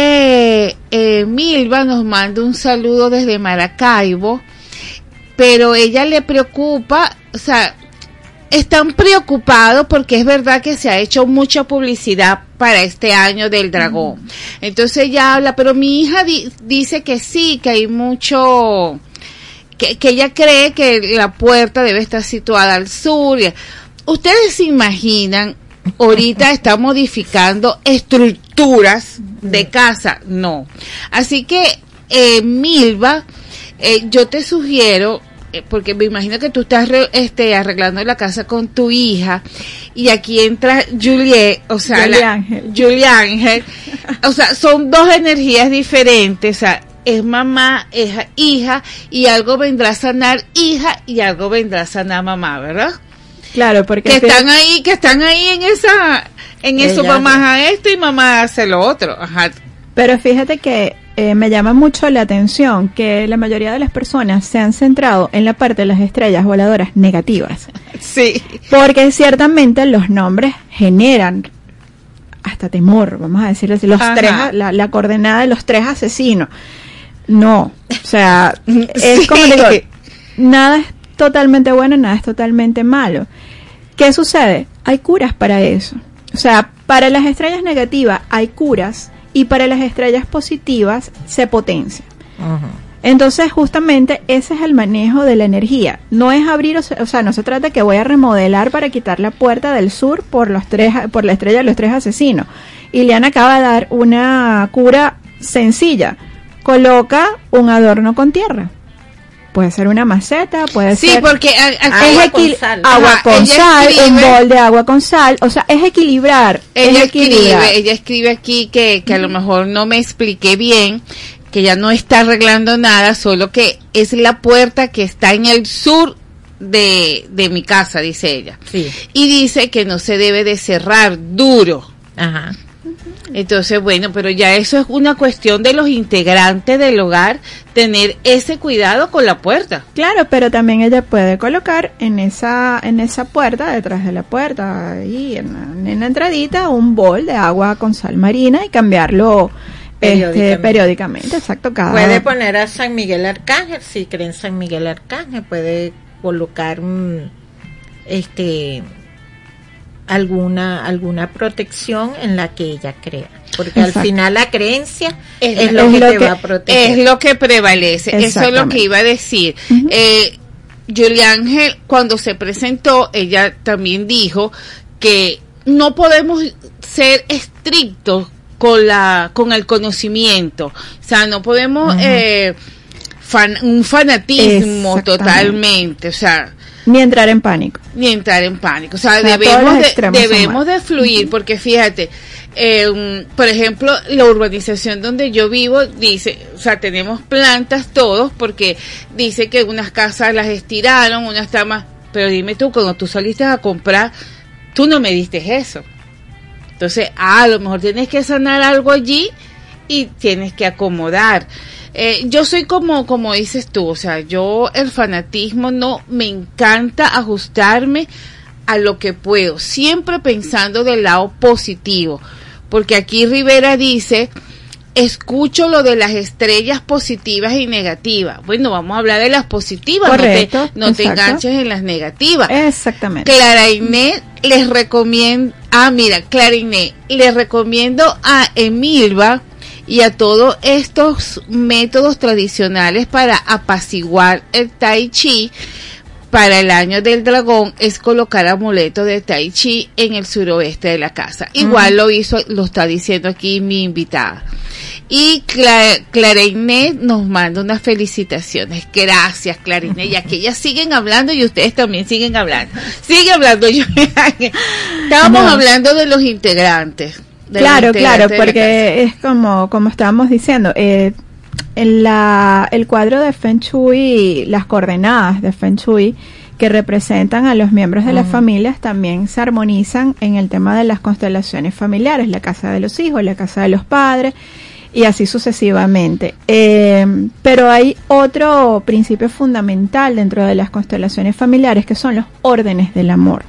Milva nos manda un saludo desde Maracaibo, pero ella le preocupa, o sea, están preocupados porque es verdad que se ha hecho mucha publicidad para este año del dragón. Entonces ella habla, pero mi hija dice que sí, que hay mucho, que ella cree que la puerta debe estar situada al sur. ¿Ustedes se imaginan, ahorita está modificando estructuras de casa? No. Así que, Milva, yo te sugiero, porque me imagino que tú estás arreglando la casa con tu hija, y aquí entra Julie Ángel, o sea, son 2 energías diferentes, o sea, es mamá, es hija, y algo vendrá a sanar hija y algo vendrá a sanar mamá, ¿verdad? Claro, porque que están ahí en eso, mamá hace esto y mamá hace lo otro. Ajá. Pero fíjate que me llama mucho la atención que la mayoría de las personas se han centrado en la parte de las estrellas voladoras negativas. Sí. Porque ciertamente los nombres generan hasta temor, vamos a decirlo así, la coordenada de los 3 asesinos. No, o sea, es como digo, nada es totalmente bueno, nada es totalmente malo. ¿Qué sucede? Hay curas para eso. O sea, para las estrellas negativas hay curas, y para las estrellas positivas se potencia. Uh-huh. Entonces, justamente ese es el manejo de la energía. No es abrir, o sea, no se trata que voy a remodelar para quitar la puerta del sur por la estrella de los 3 asesinos. Ileana acaba de dar una cura sencilla. Coloca un adorno con tierra. Puede ser una maceta, puede ser... Sí, porque agua con sal, un bol de agua con sal, o sea, es equilibrar. Ella escribe aquí que a lo mejor no me expliqué bien, que ya no está arreglando nada, solo que es la puerta que está en el sur de mi casa, dice ella. Sí. Y dice que no se debe de cerrar duro. Ajá. Entonces, bueno, pero ya eso es una cuestión de los integrantes del hogar, tener ese cuidado con la puerta. Claro, pero también ella puede colocar en esa puerta, detrás de la puerta, ahí en la entradita, un bol de agua con sal marina y cambiarlo periódicamente. Exacto, puede poner a San Miguel Arcángel, si cree en San Miguel Arcángel, puede colocar alguna protección en la que ella crea, porque al final la creencia es lo que te va a proteger, es lo que prevalece. Eso es lo que iba a decir. Uh-huh. Julie Ángel, cuando se presentó, ella también dijo que no podemos ser estrictos con el conocimiento, o sea, no podemos un fanatismo totalmente, o sea, ni entrar en pánico. O sea, debemos de fluir, porque fíjate, por ejemplo, la urbanización donde yo vivo dice, o sea, tenemos plantas todos, porque dice que unas casas las estiraron, unas está más, pero dime tú, cuando tú saliste a comprar, tú no me diste eso. Entonces, a lo mejor tienes que sanar algo allí y tienes que acomodar. Yo soy como dices tú, o sea, yo el fanatismo no, me encanta ajustarme a lo que puedo, siempre pensando del lado positivo, porque aquí Rivera dice, escucho lo de las estrellas positivas y negativas. Bueno, vamos a hablar de las positivas. Correcto, no te enganches en las negativas. Exactamente. Clara Inés les recomiendo, Clara Inés, les recomiendo a Emilva y a todos estos métodos tradicionales para apaciguar el Tai Chi. Para el año del dragón es colocar amuletos de Tai Chi en el suroeste de la casa. Igual lo está diciendo aquí mi invitada. Y Clara Inés nos manda unas felicitaciones. Gracias, Clara Inés. Y aquí ellas siguen hablando y ustedes también siguen hablando. Sigue hablando. Estábamos hablando de los integrantes. Claro, porque es como estábamos diciendo, el cuadro de Feng Shui, las coordenadas de Feng Shui que representan a los miembros de las familias también se armonizan en el tema de las constelaciones familiares, la casa de los hijos, la casa de los padres y así sucesivamente. Pero hay otro principio fundamental dentro de las constelaciones familiares que son los órdenes del amor.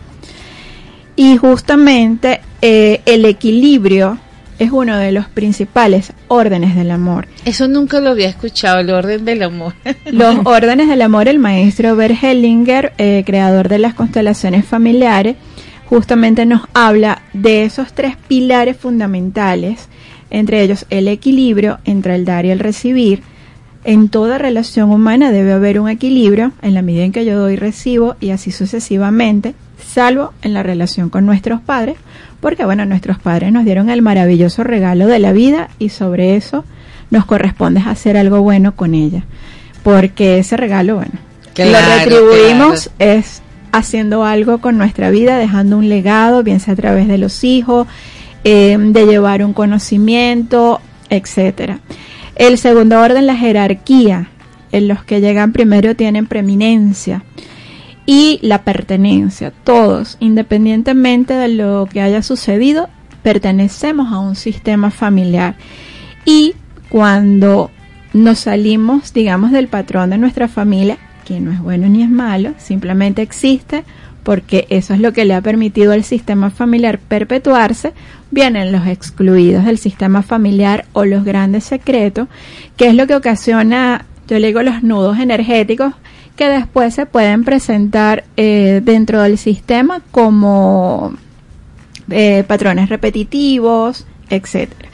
Y justamente el equilibrio es uno de los principales órdenes del amor. Eso nunca lo había escuchado, el orden del amor. Los órdenes del amor, el maestro Bert Hellinger, creador de las constelaciones familiares, justamente nos habla de esos 3 pilares fundamentales, entre ellos el equilibrio entre el dar y el recibir. En toda relación humana debe haber un equilibrio en la medida en que yo doy y recibo y así sucesivamente, salvo en la relación con nuestros padres, porque bueno, nuestros padres nos dieron el maravilloso regalo de la vida y sobre eso nos corresponde hacer algo bueno con ella, porque ese regalo, bueno, lo retribuimos es haciendo algo con nuestra vida, dejando un legado, bien sea a través de los hijos, de llevar un conocimiento, etcétera. El segundo orden, la jerarquía, en los que llegan primero tienen preeminencia. Y la pertenencia, todos, independientemente de lo que haya sucedido, pertenecemos a un sistema familiar. Y cuando nos salimos, digamos, del patrón de nuestra familia, que no es bueno ni es malo, simplemente existe, porque eso es lo que le ha permitido al sistema familiar perpetuarse, vienen los excluidos del sistema familiar o los grandes secretos, que es lo que ocasiona, yo le digo, los nudos energéticos, que después se pueden presentar dentro del sistema como patrones repetitivos, etcétera.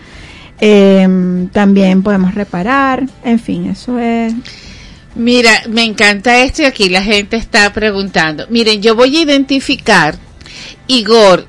También podemos reparar, en fin, eso es. Mira, me encanta esto y aquí la gente está preguntando. Miren, yo voy a identificar, Igor,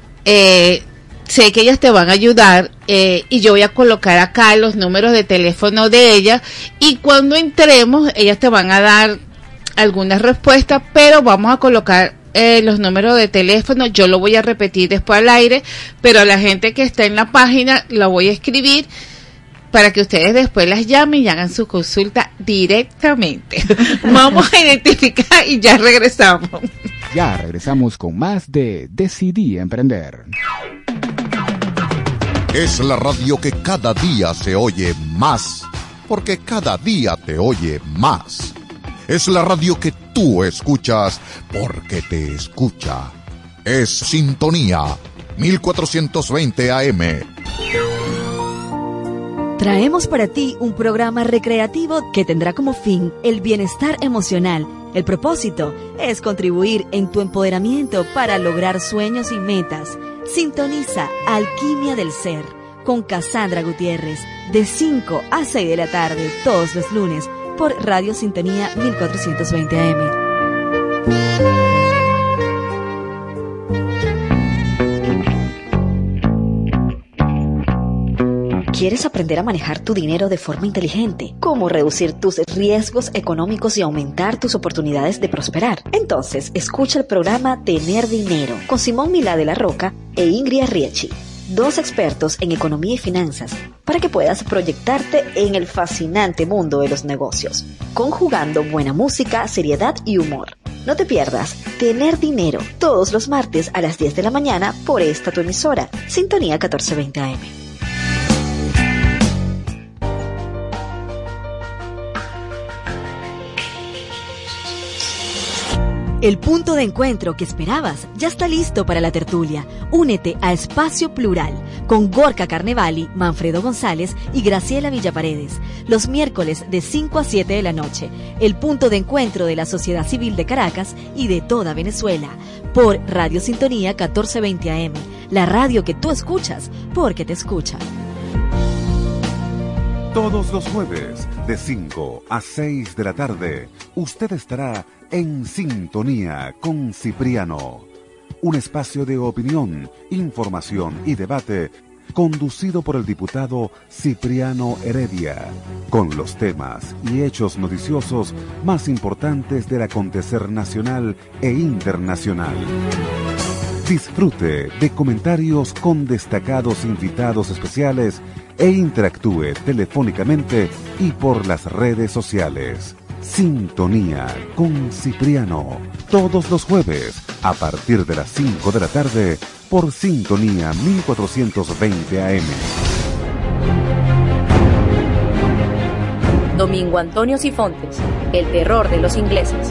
sé que ellas te van a ayudar y yo voy a colocar acá los números de teléfono de ellas y cuando entremos ellas te van a dar algunas respuestas, pero vamos a colocar los números de teléfono, yo lo voy a repetir después al aire, pero a la gente que está en la página la voy a escribir para que ustedes después las llamen y hagan su consulta directamente. Vamos a identificar y ya regresamos. Ya regresamos con más de Decidí Emprender. Es la radio que cada día se oye más, porque cada día te oye más. Es la radio que tú escuchas porque te escucha. Es Sintonía 1420 AM. Traemos para ti un programa recreativo que tendrá como fin el bienestar emocional. El propósito es contribuir en tu empoderamiento para lograr sueños y metas. Sintoniza Alquimia del Ser con Cassandra Gutiérrez de 5 a 6 de la tarde todos los lunes por Radio Sintonía 1420 AM. ¿Quieres aprender a manejar tu dinero de forma inteligente? ¿Cómo reducir tus riesgos económicos y aumentar tus oportunidades de prosperar? Entonces, escucha el programa Tener Dinero con Simón Milá de la Roca e Ingrid Arriachi, 2 expertos en economía y finanzas, para que puedas proyectarte en el fascinante mundo de los negocios, conjugando buena música, seriedad y humor. No te pierdas Tener Dinero todos los martes a las 10 de la mañana por esta tu emisora, Sintonía 1420 AM. El punto de encuentro que esperabas ya está listo para la tertulia. Únete a Espacio Plural con Gorka Carnevali, Manfredo González y Graciela Villaparedes. Los miércoles de 5 a 7 de la noche. El punto de encuentro de la sociedad civil de Caracas y de toda Venezuela. Por Radio Sintonía 1420 AM. La radio que tú escuchas porque te escucha. Todos los jueves, de 5 a 6 de la tarde, usted estará en Sintonía con Cipriano. Un espacio de opinión, información y debate conducido por el diputado Cipriano Heredia, con los temas y hechos noticiosos más importantes del acontecer nacional e internacional. Disfrute de comentarios con destacados invitados especiales e interactúe telefónicamente y por las redes sociales. Sintonía con Cipriano, todos los jueves a partir de las 5 de la tarde por Sintonía 1420 AM. Domingo Antonio Sifontes, el terror de los ingleses.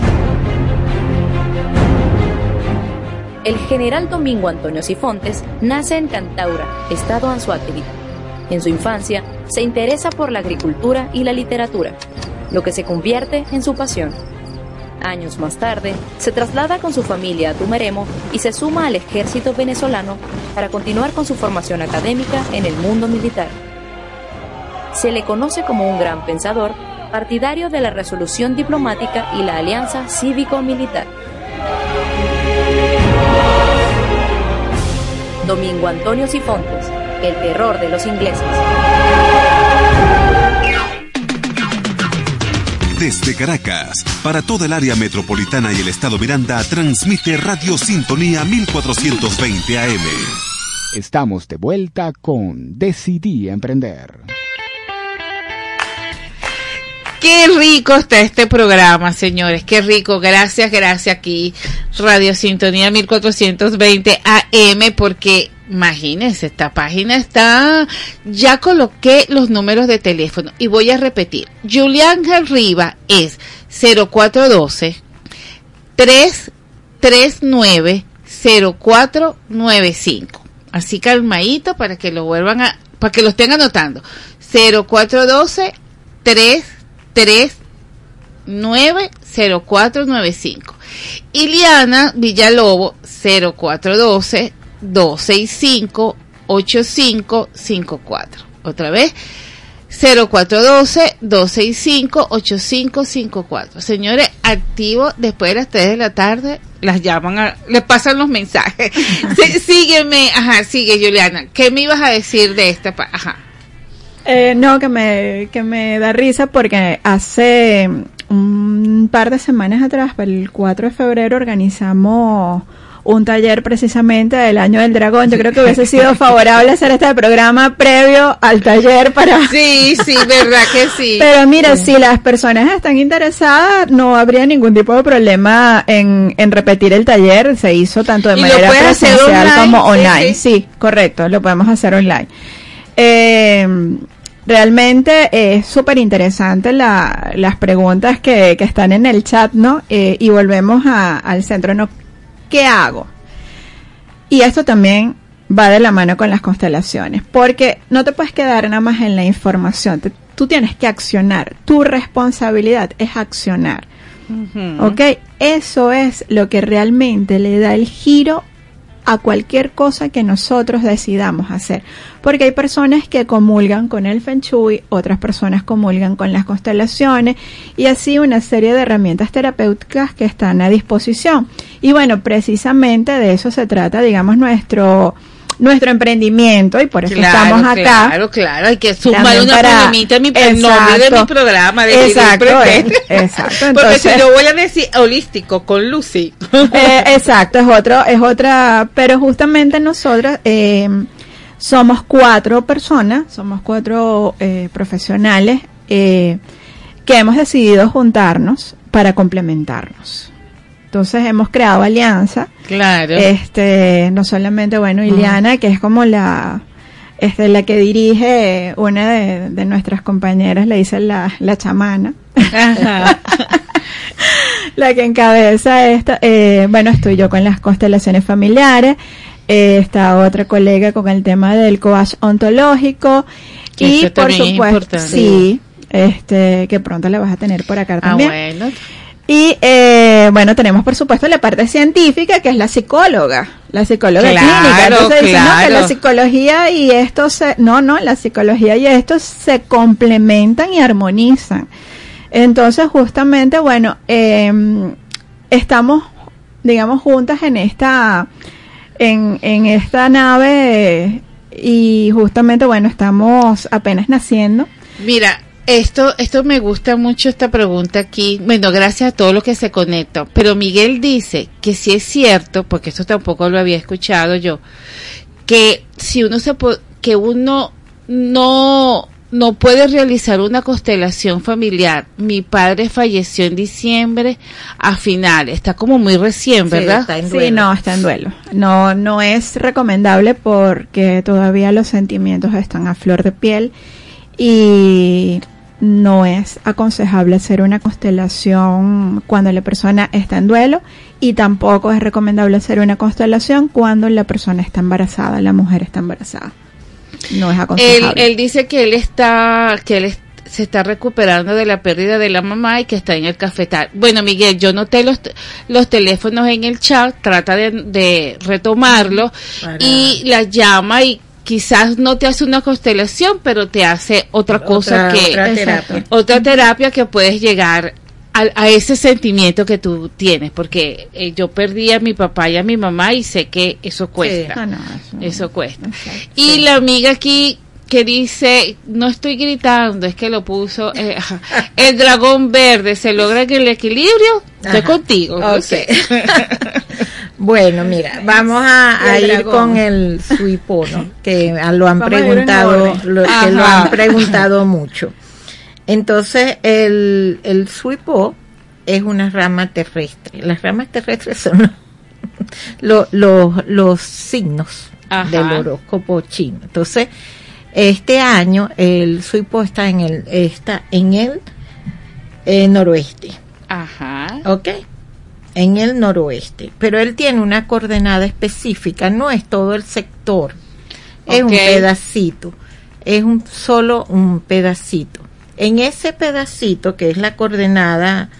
El general Domingo Antonio Sifontes nace en Cantaura, estado Anzoátegui. En su infancia se interesa por la agricultura y la literatura, lo que se convierte en su pasión. Años más tarde, se traslada con su familia a Tumeremo y se suma al ejército venezolano para continuar con su formación académica en el mundo militar. Se le conoce como un gran pensador, partidario de la resolución diplomática y la alianza cívico-militar. Domingo Antonio Sifontes, el terror de los ingleses. Desde Caracas, para toda el área metropolitana y el estado Miranda, transmite Radio Sintonía 1420 AM. Estamos de vuelta con Decidí Emprender. Qué rico está este programa, señores, qué rico. Gracias aquí, Radio Sintonía 1420 AM, porque imagínense, esta página está, ya coloqué los números de teléfono y voy a repetir. Julián Riva es 0412-339-0495. Así calmadito para que lo para que lo estén anotando. 0412-339-0495. Iliana Villalobo 0412-265-8554. Otra vez, 0412-265-8554. Señores, activo después de las 3 de la tarde, las llaman, les pasan los mensajes. Sígueme, sigue Juliana. ¿Qué me ibas a decir de esta? No, que me da risa porque hace un par de semanas atrás, para el 4 de febrero, organizamos un taller precisamente del Año del Dragón. Yo creo que hubiese sido favorable hacer este programa previo al taller para... Sí, verdad que sí. Pero mira, si las personas están interesadas, no habría ningún tipo de problema en repetir el taller. Se hizo tanto de manera presencial como online. Sí, correcto, lo podemos hacer online. Realmente es súper interesante las preguntas que están en el chat, ¿no? Y volvemos al centro, ¿no? ¿Qué hago? Y esto también va de la mano con las constelaciones, porque no te puedes quedar nada más en la información, tú tienes que accionar, tu responsabilidad es accionar. ¿Ok? Eso es lo que realmente le da el giro a cualquier cosa que nosotros decidamos hacer, porque hay personas que comulgan con el Feng Shui, otras personas comulgan con las constelaciones y así una serie de herramientas terapéuticas que están a disposición. Y bueno, precisamente de eso se trata, digamos, nuestro nuestro emprendimiento y por eso estamos acá. Claro, hay que sumar una problemita en el nombre de mi programa. Exacto. Entonces, porque si yo voy a decir holístico con Lucy. Exacto, es otra, pero justamente nosotras somos 4 personas, somos 4 profesionales que hemos decidido juntarnos para complementarnos. Entonces hemos creado alianza. Claro. No solamente, Iliana, que es como la que dirige, una de nuestras compañeras le dice la chamana. Ajá. La que encabeza esta, estoy yo con las constelaciones familiares, está otra colega con el tema del coach ontológico, y por supuesto, sí, que pronto la vas a tener por acá también. Bueno. Y tenemos por supuesto la parte científica, que es la psicóloga clínica. Entonces dicen que la psicología y esto la psicología y esto se complementan y armonizan. Entonces justamente estamos, digamos, juntas en esta nave, y justamente estamos apenas naciendo. Mira, esto me gusta mucho, esta pregunta aquí. Bueno, gracias a todos los que se conectan. Pero Miguel dice que sí es cierto, porque esto tampoco lo había escuchado yo, que si uno no puede realizar una constelación familiar. Mi padre falleció en diciembre a finales. Está como muy recién, ¿verdad? Está en duelo. Está en duelo. No es recomendable porque todavía los sentimientos están a flor de piel, y no es aconsejable hacer una constelación cuando la persona está en duelo, y tampoco es recomendable hacer una constelación cuando la persona está embarazada, la mujer está embarazada. No es aconsejable. Él dice que él se está recuperando de la pérdida de la mamá y que está en el cafetal. Bueno, Miguel, yo noté los teléfonos en el chat, trata de retomarlo y la llama, y quizás no te hace una constelación, pero te hace otra terapia que puedes llegar a ese sentimiento que tú tienes, porque yo perdí a mi papá y a mi mamá y sé que eso cuesta. Eso cuesta. Y la amiga aquí que dice, no estoy gritando, es que lo puso, el dragón verde, ¿se logra en el equilibrio? Estoy contigo. Okay. Bueno, mira, vamos a ir con el suipo, ¿no? Que lo han preguntado mucho. Entonces, el suipo es una rama terrestre. Las ramas terrestres son los signos del horóscopo chino. Entonces, este año el suipo está en el noroeste. Ajá. ¿Ok? En el noroeste. Pero él tiene una coordenada específica, no es todo el sector. Es un pedacito. Es solo un pedacito. En ese pedacito, que es la coordenada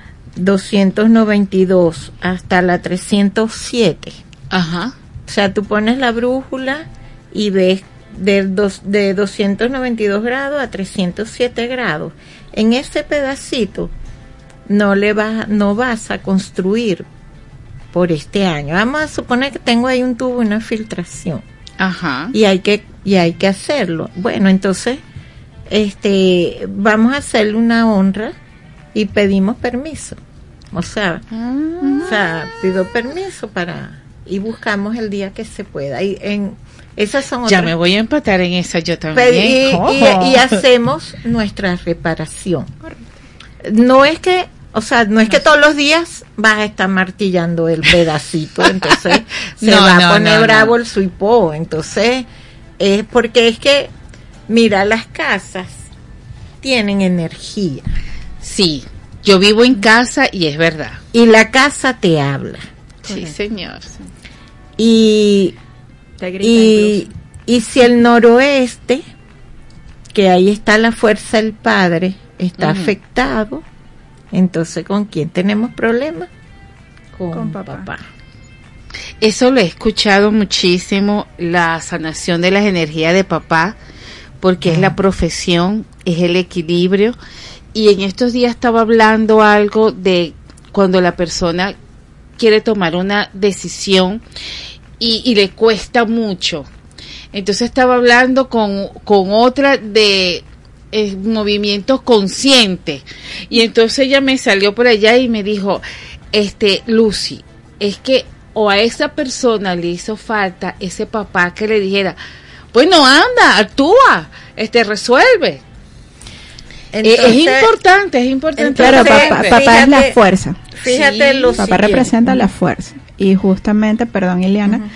292 hasta la 307. Ajá. O sea, tú pones la brújula y ves de 292 grados a 307 grados. En ese pedacito no vas a construir por este año. Vamos a suponer que tengo ahí un tubo, una filtración. Ajá. Y hay que hacerlo. Bueno, entonces vamos a hacerle una honra y pedimos permiso. O sea, pido permiso y buscamos el día que se pueda. Y esas son otras. Ya me voy a empatar en esa yo también. Y hacemos nuestra reparación. No es que todos los días vas a estar martillando el pedacito, entonces se va a poner bravo el suipo. Entonces, porque es que, mira, las casas tienen energía. Sí, yo vivo en casa y es verdad. Y la casa te habla. Sí, señor. Y si el noroeste, que ahí está la fuerza del padre, está afectado, entonces ¿con quién tenemos problemas? Con papá. Eso lo he escuchado muchísimo, la sanación de las energías de papá, porque es la profesión, es el equilibrio. Y en estos días estaba hablando algo de cuando la persona quiere tomar una decisión y le cuesta mucho. Entonces estaba hablando con otra de movimiento consciente, y entonces ella me salió por allá y me dijo, Lucy, es que o a esa persona le hizo falta ese papá que le dijera, bueno, anda, actúa, resuelve. Entonces, es importante. Pero papá es la fuerza. Fíjate, sí, Lucy, papá representa la fuerza. Y justamente, perdón, Ileana,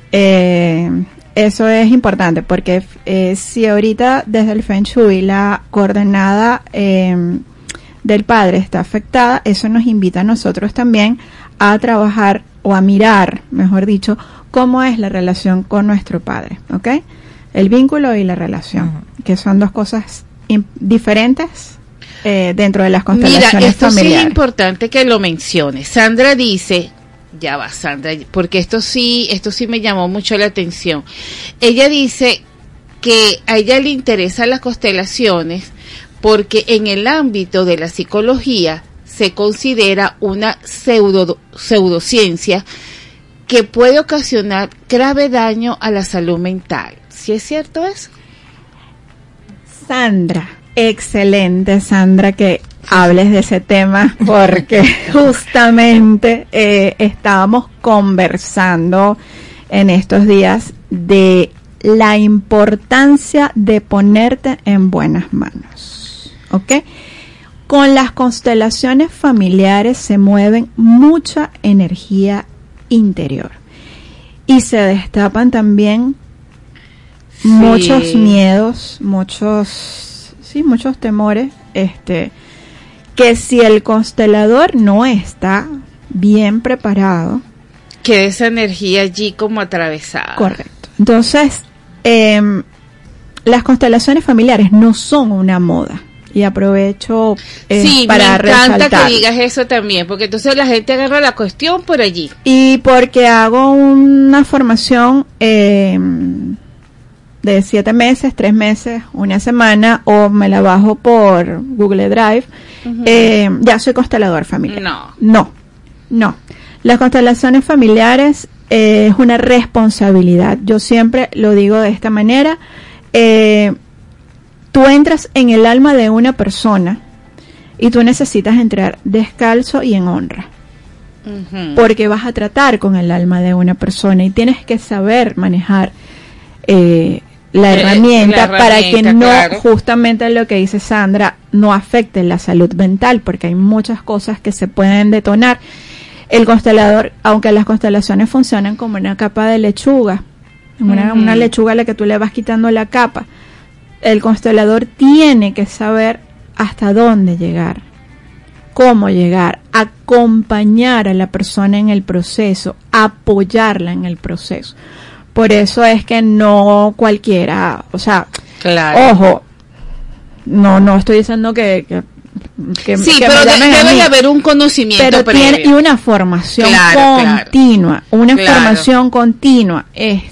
eso es importante, porque si ahorita desde el Feng Shui la coordenada del padre está afectada, eso nos invita a nosotros también a trabajar o a mirar, mejor dicho, cómo es la relación con nuestro padre, ¿ok? El vínculo y la relación, que son dos cosas diferentes dentro de las constelaciones familiares. Mira, esto sí es importante que lo menciones. Sandra dice, ya va Sandra, porque esto sí me llamó mucho la atención. Ella dice que a ella le interesan las constelaciones porque en el ámbito de la psicología se considera una pseudociencia que puede ocasionar grave daño a la salud mental. ¿Sí es cierto eso? Sandra, excelente Sandra que hables de ese tema, porque justamente estábamos conversando en estos días de la importancia de ponerte en buenas manos, ¿ok? Con las constelaciones familiares se mueven mucha energía interior y se destapan también muchos miedos, muchos temores, que si el constelador no está bien preparado, que esa energía allí como atravesada. Correcto. Entonces, las constelaciones familiares no son una moda. Y aprovecho para resaltar. Me encanta que digas eso también, porque entonces la gente agarra la cuestión por allí. Y porque hago una formación de 7 meses, 3 meses, una semana, o me la bajo por Google Drive, ya soy constelador familiar. No. Las constelaciones familiares es una responsabilidad. Yo siempre lo digo de esta manera. Tú entras en el alma de una persona y tú necesitas entrar descalzo y en honra. Porque vas a tratar con el alma de una persona y tienes que saber manejar la herramienta para que no, justamente lo que dice Sandra, no afecte la salud mental, porque hay muchas cosas que se pueden detonar. El constelador, aunque las constelaciones funcionan como una capa de lechuga, una lechuga a la que tú le vas quitando la capa, el constelador tiene que saber hasta dónde llegar, cómo llegar, acompañar a la persona en el proceso, apoyarla en el proceso. Por eso es que no cualquiera, o sea, ojo, no estoy diciendo que sí, pero debe de haber un conocimiento previo. Tiene y una formación continua, formación continua.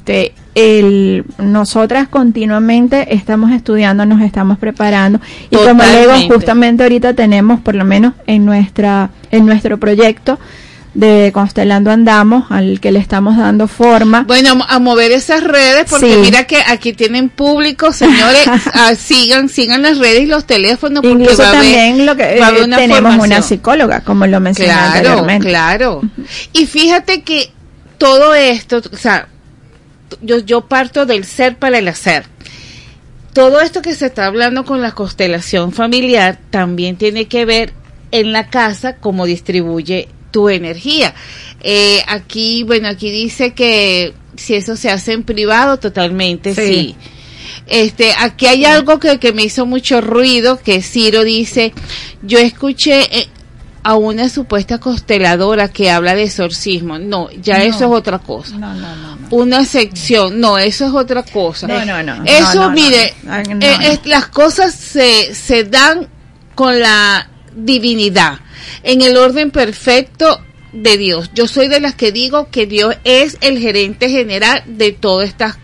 Nosotras continuamente estamos estudiando, nos estamos preparando. Y como le digo, justamente ahorita tenemos, por lo menos en nuestro proyecto de Constelando Andamos, al que le estamos dando forma. Bueno, a mover esas redes, porque mira que aquí tienen público, señores, sigan las redes y los teléfonos, porque incluso también tenemos formación. Una psicóloga, como lo mencioné anteriormente. Claro. Y fíjate que todo esto, o sea, yo parto del ser para el hacer. Todo esto que se está hablando con la constelación familiar también tiene que ver en la casa cómo distribuye tu energía. Aquí dice que si eso se hace en privado, totalmente sí. Aquí hay algo que me hizo mucho ruido, que Ciro dice, yo escuché a una supuesta consteladora que habla de exorcismo. No, eso es otra cosa. No. Una sección, eso es otra cosa. Eso, mire, las cosas se dan con la divinidad, en el orden perfecto de Dios. Yo soy de las que digo que Dios es el gerente general de todas estas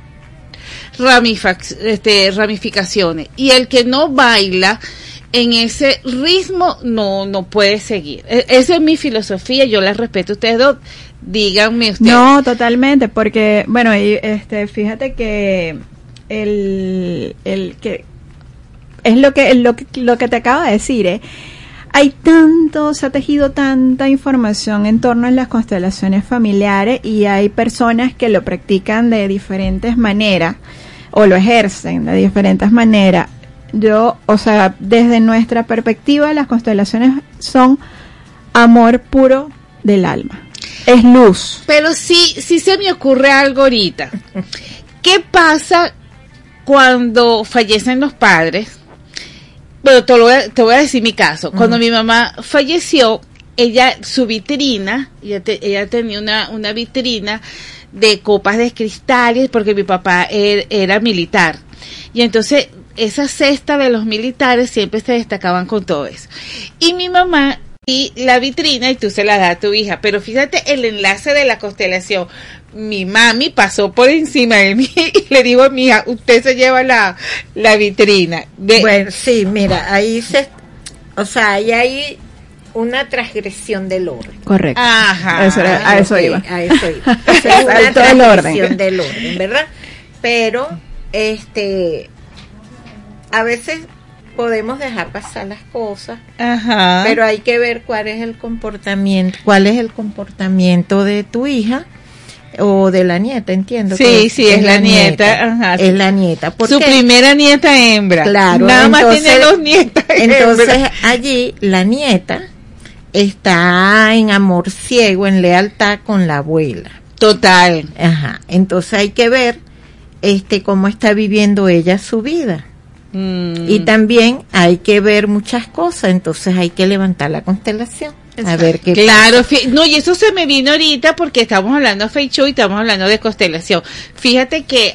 ramificaciones, y el que no baila en ese ritmo no puede seguir. Esa es mi filosofía, yo la respeto a ustedes dos, Díganme ustedes. No, totalmente, porque, bueno, fíjate que el que es lo que te acabo de decir, se ha tejido tanta información en torno a las constelaciones familiares y hay personas que lo practican de diferentes maneras o lo ejercen de diferentes maneras. Desde nuestra perspectiva, las constelaciones son amor puro del alma. Es luz. Pero sí se me ocurre algo ahorita. ¿Qué pasa cuando fallecen los padres? Pero te voy a decir mi caso. Cuando mi mamá falleció, su vitrina, ella tenía una vitrina de copas de cristales porque mi papá era militar. Y entonces esa cesta de los militares siempre se destacaban con todo eso. Y mi mamá y la vitrina y tú se la das a tu hija. Pero fíjate el enlace de la constelación. Mi mami pasó por encima de mí y le digo a mi hija, usted se lleva la vitrina. Bueno, sí, mira, ahí hay una transgresión del orden. Correcto. Ajá. A eso iba. A eso iba. Es una transgresión del orden, ¿verdad? Pero, a veces podemos dejar pasar las cosas, ajá, pero hay que ver cuál es el comportamiento de tu hija o de la nieta, entiendo. Sí, es la nieta. Ajá, es la nieta. Su primera nieta hembra. Claro. Nada más tiene 2 nietas entonces hembra. Allí la nieta está en amor ciego, en lealtad con la abuela. Total. Ajá. Entonces hay que ver cómo está viviendo ella su vida. Y también hay que ver muchas cosas, entonces hay que levantar la constelación. A ver qué claro, no, y eso se me vino ahorita porque estamos hablando de Feng Shui y estamos hablando de constelación. Fíjate que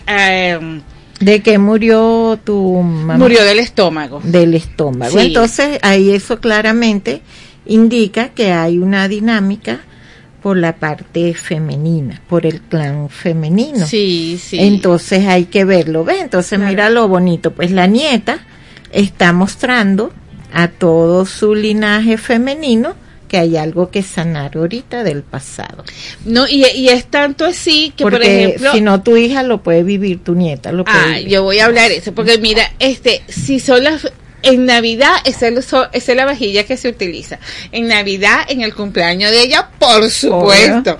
¿de qué murió tu mamá? Murió del estómago. Del estómago. Sí. Entonces, ahí eso claramente indica que hay una dinámica por la parte femenina, por el clan femenino. Sí. Entonces hay que verlo, ¿ves? Entonces claro. Mira lo bonito, pues la nieta está mostrando a todo su linaje femenino que hay algo que sanar ahorita del pasado. No, y es tanto así que, porque, por ejemplo, si no tu hija lo puede vivir, tu nieta lo puede vivir. Yo voy a hablar eso, porque mira, si son en Navidad, esa es la vajilla que se utiliza. En Navidad, en el cumpleaños de ella, por supuesto.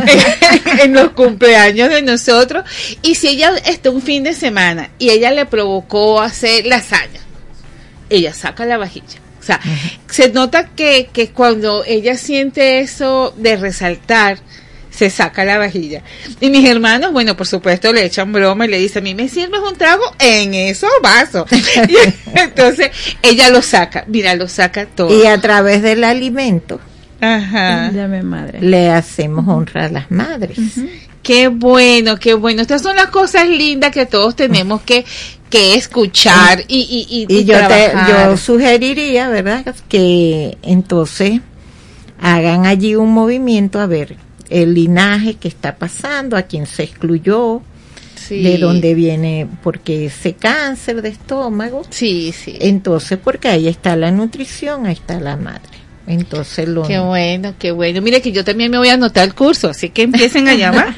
En los cumpleaños de nosotros. Y si ella está un fin de semana y ella le provocó hacer lasaña, ella saca la vajilla. O sea, se nota que cuando ella siente eso de resaltar, se saca la vajilla. Y mis hermanos, bueno, por supuesto, le echan broma y le dicen, a mí me sirves un trago en esos vasos. Y entonces, ella lo saca, mira, lo saca todo. Y a través del alimento, ajá, le hacemos honra a las madres. Qué bueno, qué bueno. Estas son las cosas lindas que todos tenemos que escuchar y yo sugeriría, ¿verdad?, que entonces hagan allí un movimiento a ver el linaje que está pasando, a quién se excluyó, de dónde viene, porque ese cáncer de estómago. Sí. Entonces, porque ahí está la nutrición, ahí está la madre. Entonces Qué bueno. Mire que yo también me voy a anotar el curso, así que empiecen a llamar.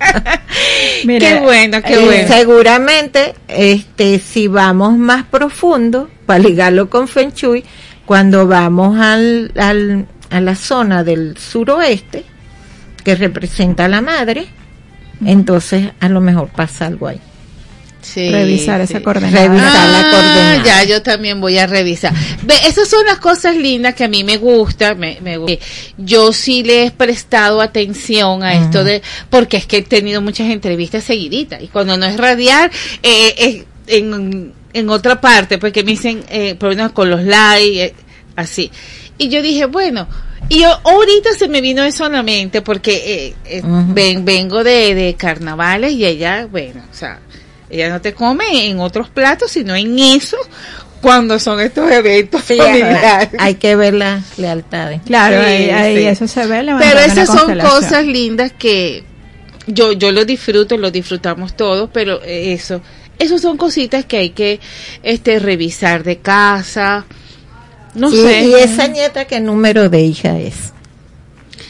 Mira, qué bueno. Seguramente, si vamos más profundo, para ligarlo con Feng Shui, cuando vamos a la zona del suroeste, que representa a la madre, entonces a lo mejor pasa algo ahí. Sí, revisar esa coordenada. Revisar la coordenada. Ya, yo también voy a revisar. Esas son las cosas lindas que a mí me gusta. Yo sí le he prestado atención a esto porque es que he tenido muchas entrevistas seguiditas y cuando no es radial, en otra parte, porque me dicen problemas con los likes, así. Y yo dije, bueno, y ahorita se me vino eso a la mente porque vengo de carnavales y ella, bueno, o sea, ella no te come en otros platos, sino en eso, cuando son estos eventos familiares. Hay que ver las lealtades. Claro, ahí eso se ve. Pero esas son cosas lindas que yo lo disfruto, lo disfrutamos todos, pero eso son cositas que hay que revisar de casa. No sé. ¿Y esa nieta qué número de hija es?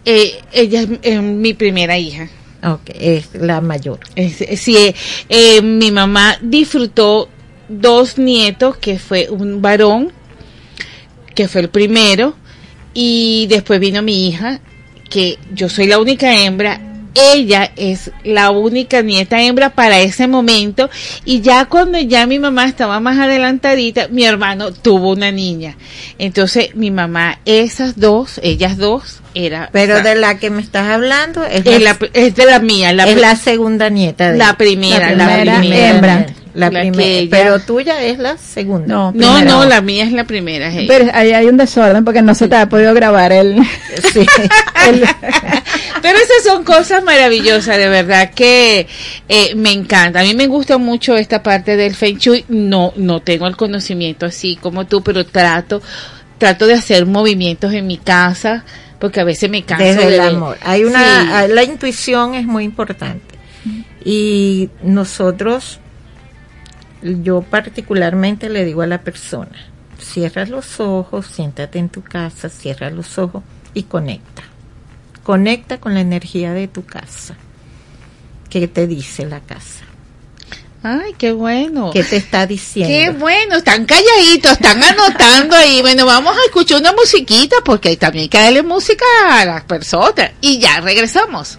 Ella es mi primera hija. Okay, es la mayor. Sí, mi mamá disfrutó 2 nietos, que fue un varón, que fue el primero, y después vino mi hija, que yo soy la única hembra. Ella es la única nieta hembra para ese momento, y ya cuando ya mi mamá estaba más adelantadita, mi hermano tuvo una niña. Entonces mi mamá, ellas dos era. Pero de la que me estás hablando es de la mía, es la segunda nieta de la primera hembra. La primera, primera, pero tuya es la segunda. No, la mía es la primera. Es pero ahí hay un desorden porque no se te ha podido grabar sí. Pero esas son cosas maravillosas, de verdad que me encanta. A mí me gusta mucho esta parte del Feng Shui. No tengo el conocimiento así como tú, pero trato de hacer movimientos en mi casa, porque a veces me canso. Desde el amor. Hay la intuición es muy importante. Y nosotros, yo particularmente le digo a la persona, cierra los ojos, siéntate en tu casa, cierra los ojos y conecta con la energía de tu casa. ¿Qué te dice la casa? Ay, qué bueno. ¿Qué te está diciendo? Qué bueno, están calladitos, están anotando ahí. Bueno, vamos a escuchar una musiquita, porque también hay que darle música a las personas. Y ya regresamos.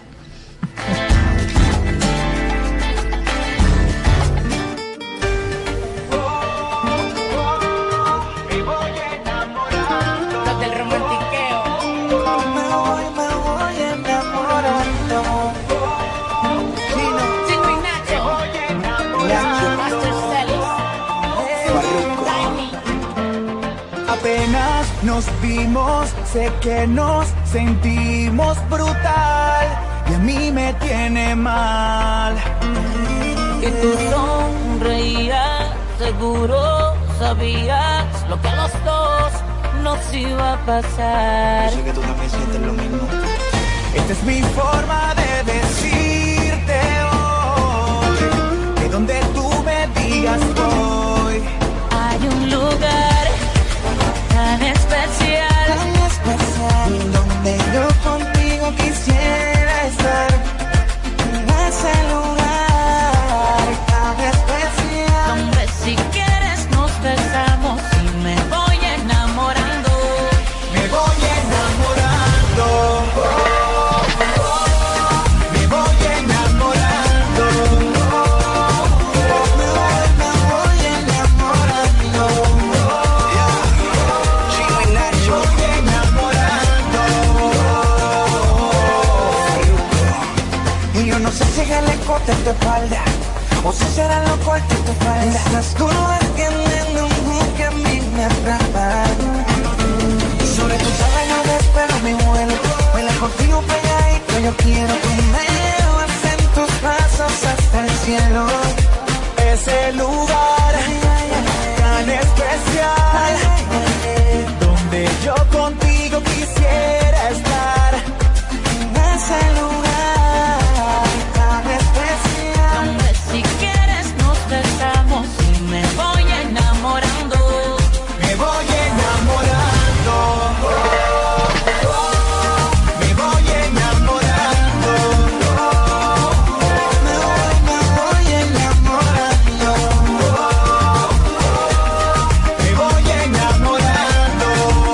Apenas nos vimos, sé que nos sentimos brutal y a mí me tiene mal. Y tú sonreías, seguro sabías lo que a los dos nos iba a pasar. Yo sé que tú también sientes lo mismo. Esta es mi forma de decirte hoy, que donde tú me digas voy. Hay un lugar tan especial, donde yo contigo quisiera estar. En ese lugar tan especial, donde si quieres nos besamos y me voy enamorando. Me voy enamorando. Me voy enamorando. Me voy enamorando. Chino y Nacho. Me voy enamorando. Y yo no sé si es el escote en tu espalda o si será lo corto en tu falda. Esas curvas que a mí me atrapan. Y sobre tu sabes yo despego mi vuelo. Baila contigo pegadito, yo quiero que me lleves en tus brazos hasta el cielo. Ese lugar tan especial, donde yo contigo quisiera estar. En ese lugar tan especial, donde si quieres nos besamos y me voy enamorando. me voy enamorando. Me voy enamorando. Me voy enamorando. Me voy enamorando.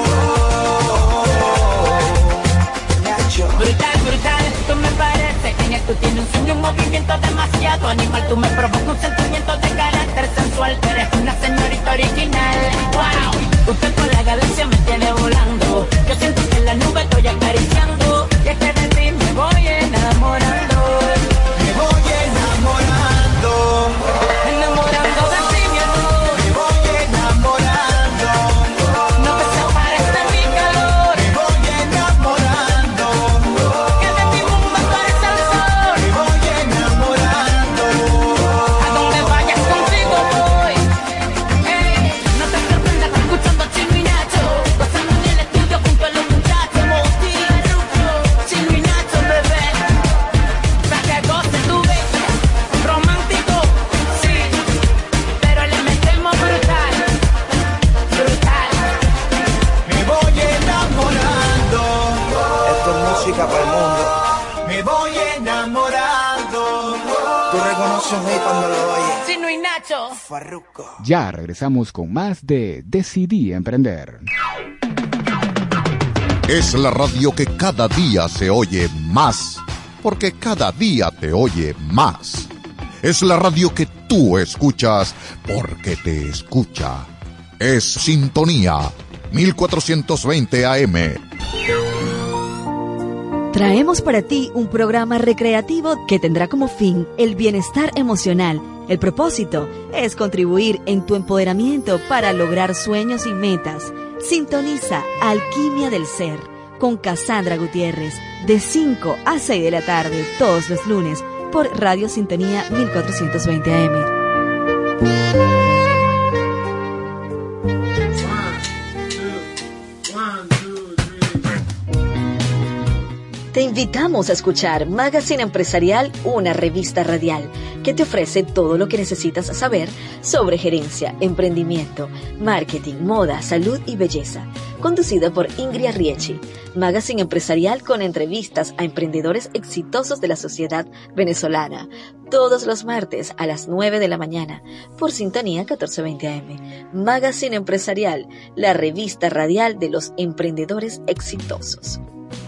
Nacho. Brutal, tú me pareces genial. Tú tienes un swing, un movimiento demasiado animal. Tú me provocas un sentimiento de carácter sensual. Eres una señorita original. Wow, usted con la galaxia me tiene volando. Yo siento que en la nube estoy acariciando. Y es que de ti me voy enamorando. Me voy enamorando. Enamorando de ti, mi amor. Me voy enamorando. No te separes de mi calor. Me voy enamorando. Que de mi mundo tú eres el sol. Me voy enamorando. A donde vaya Tú reconoces un hit cuando lo oyes. Chino y Nacho. Farruko. Ya regresamos con más de Decidí Emprender. Es la radio que cada día se oye más, porque cada día te oye más. Es la radio que tú escuchas, porque te escucha. Es Sintonía 1420 AM. Traemos para ti un programa recreativo que tendrá como fin el bienestar emocional. El propósito es contribuir en tu empoderamiento para lograr sueños y metas. Sintoniza Alquimia del Ser con Cassandra Gutiérrez de 5 a 6 de la tarde todos los lunes por Radio Sintonía 1420 AM. Te invitamos a escuchar Magazine Empresarial, una revista radial que te ofrece todo lo que necesitas saber sobre gerencia, emprendimiento, marketing, moda, salud y belleza. Conducida por Ingrid Riechi. Magazine Empresarial con entrevistas a emprendedores exitosos de la sociedad venezolana. Todos los martes a las 9 de la mañana por Sintonía 1420 AM. Magazine Empresarial, la revista radial de los emprendedores exitosos.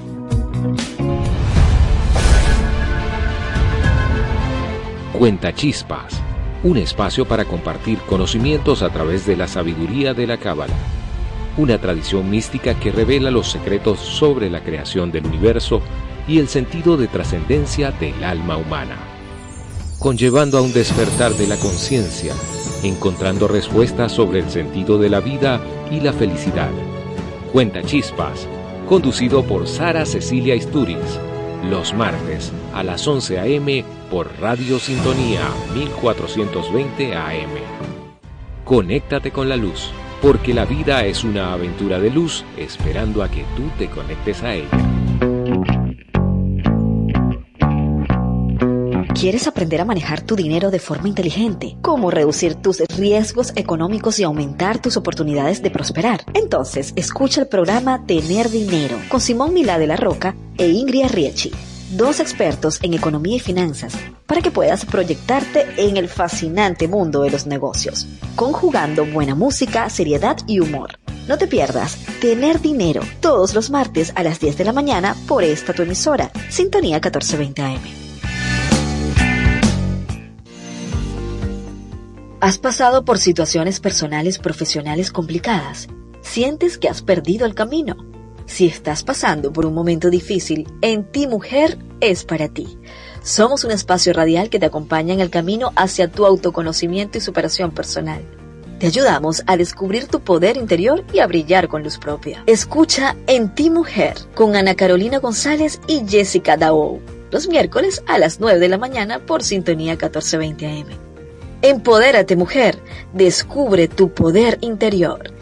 Cuenta Chispas, un espacio para compartir conocimientos a través de la sabiduría de la Cábala, una tradición mística que revela los secretos sobre la creación del universo y el sentido de trascendencia del alma humana, conllevando a un despertar de la conciencia, encontrando respuestas sobre el sentido de la vida y la felicidad. Cuenta Chispas, conducido por Sara Cecilia Isturiz, los martes a las 11 a.m. por Radio Sintonía 1420 AM. Conéctate con la luz, porque la vida es una aventura de luz esperando a que tú te conectes a ella. ¿Quieres aprender a manejar tu dinero de forma inteligente? ¿Cómo reducir tus riesgos económicos y aumentar tus oportunidades de prosperar? Entonces, escucha el programa Tener Dinero con Simón Milá de la Roca e Ingrid Riechi, dos expertos en economía y finanzas, para que puedas proyectarte en el fascinante mundo de los negocios, conjugando buena música, seriedad y humor. No te pierdas Tener Dinero todos los martes a las 10 de la mañana por esta tu emisora, Sintonía 1420 AM. ¿Has pasado por situaciones personales profesionales complicadas? ¿Sientes que has perdido el camino? Si estás pasando por un momento difícil, En Ti Mujer es para ti. Somos un espacio radial que te acompaña en el camino hacia tu autoconocimiento y superación personal. Te ayudamos a descubrir tu poder interior y a brillar con luz propia. Escucha En Ti Mujer con Ana Carolina González y Jessica Daou, los miércoles a las 9 de la mañana por Sintonía 1420 AM. Empodérate, mujer. Descubre tu poder interior.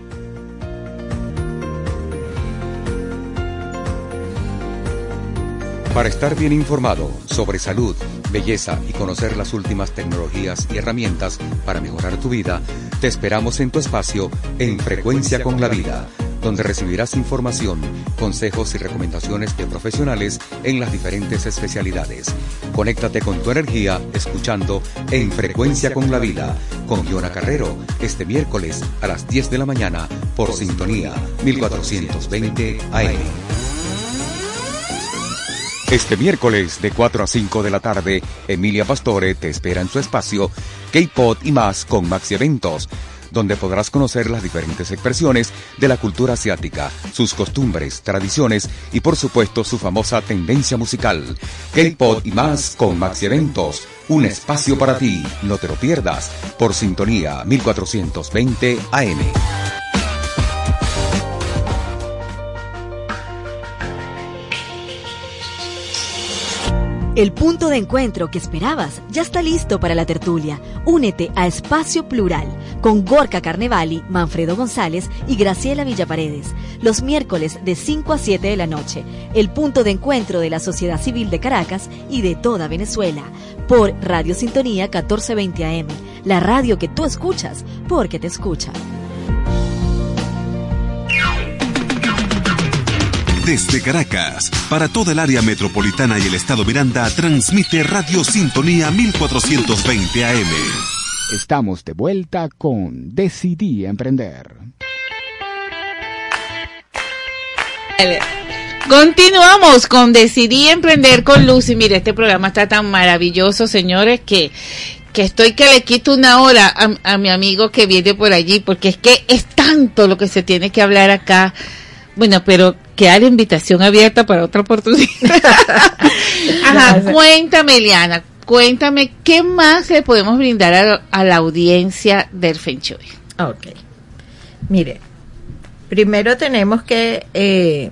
Para estar bien informado sobre salud, belleza y conocer las últimas tecnologías y herramientas para mejorar tu vida, te esperamos en tu espacio En Frecuencia con la Vida, donde recibirás información, consejos y recomendaciones de profesionales en las diferentes especialidades. Conéctate con tu energía escuchando En Frecuencia con la Vida con Giona Carrero este miércoles a las 10 de la mañana por Sintonía 1420 AM. Este miércoles de 4 a 5 de la tarde, Emilia Pastore te espera en su espacio K-Pod y más con Maxi Eventos, donde podrás conocer las diferentes expresiones de la cultura asiática, sus costumbres, tradiciones y por supuesto su famosa tendencia musical. K-Pod y más con Maxi Eventos, un espacio para ti, no te lo pierdas, por Sintonía 1420 AM. El punto de encuentro que esperabas ya está listo para la tertulia. Únete a Espacio Plural con Gorka Carnevali, Manfredo González y Graciela Villaparedes. Los miércoles de 5 a 7 de la noche. El punto de encuentro de la sociedad civil de Caracas y de toda Venezuela. Por Radio Sintonía 1420 AM. La radio que tú escuchas porque te escucha. Desde Caracas, para toda el área metropolitana y el estado Miranda, transmite Radio Sintonía 1420 AM. Estamos de vuelta con Decidí Emprender. Continuamos con Decidí Emprender con Lucy. Mire, este programa está tan maravilloso, señores, que estoy que le quito una hora a mi amigo que viene por allí, porque es que es tanto lo que se tiene que hablar acá. Bueno, pero queda la invitación abierta para otra oportunidad. Ajá, cuéntame, Eliana, cuéntame, ¿qué más le podemos brindar a la audiencia del Feng Shui? Ok. Mire, primero tenemos que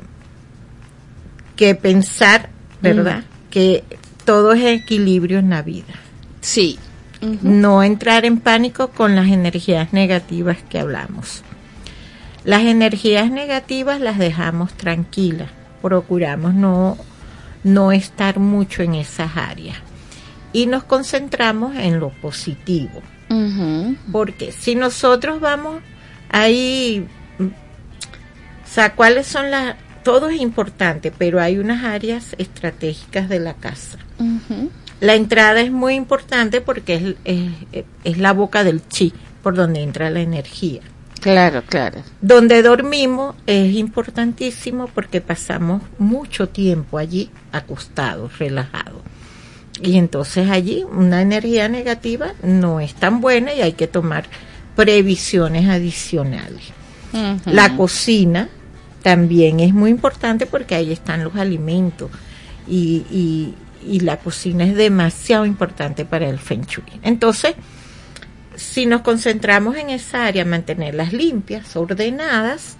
pensar, ¿verdad? Que todo es equilibrio en la vida. Sí. Uh-huh. No entrar en pánico con las energías negativas que hablamos. Las energías negativas las dejamos tranquilas, procuramos no estar mucho en esas áreas y nos concentramos en lo positivo. Uh-huh. Porque si nosotros vamos ahí, o sea, ¿cuáles son las...? Todo es importante, pero hay unas áreas estratégicas de la casa. Uh-huh. La entrada es muy importante porque es la boca del chi, por donde entra la energía. Claro, claro. Donde dormimos es importantísimo porque pasamos mucho tiempo allí acostados, relajados. Y entonces allí una energía negativa no es tan buena y hay que tomar previsiones adicionales. Uh-huh. La cocina también es muy importante porque ahí están los alimentos y la cocina es demasiado importante para el Feng Shui. Entonces, si nos concentramos en esa área, mantenerlas limpias, ordenadas,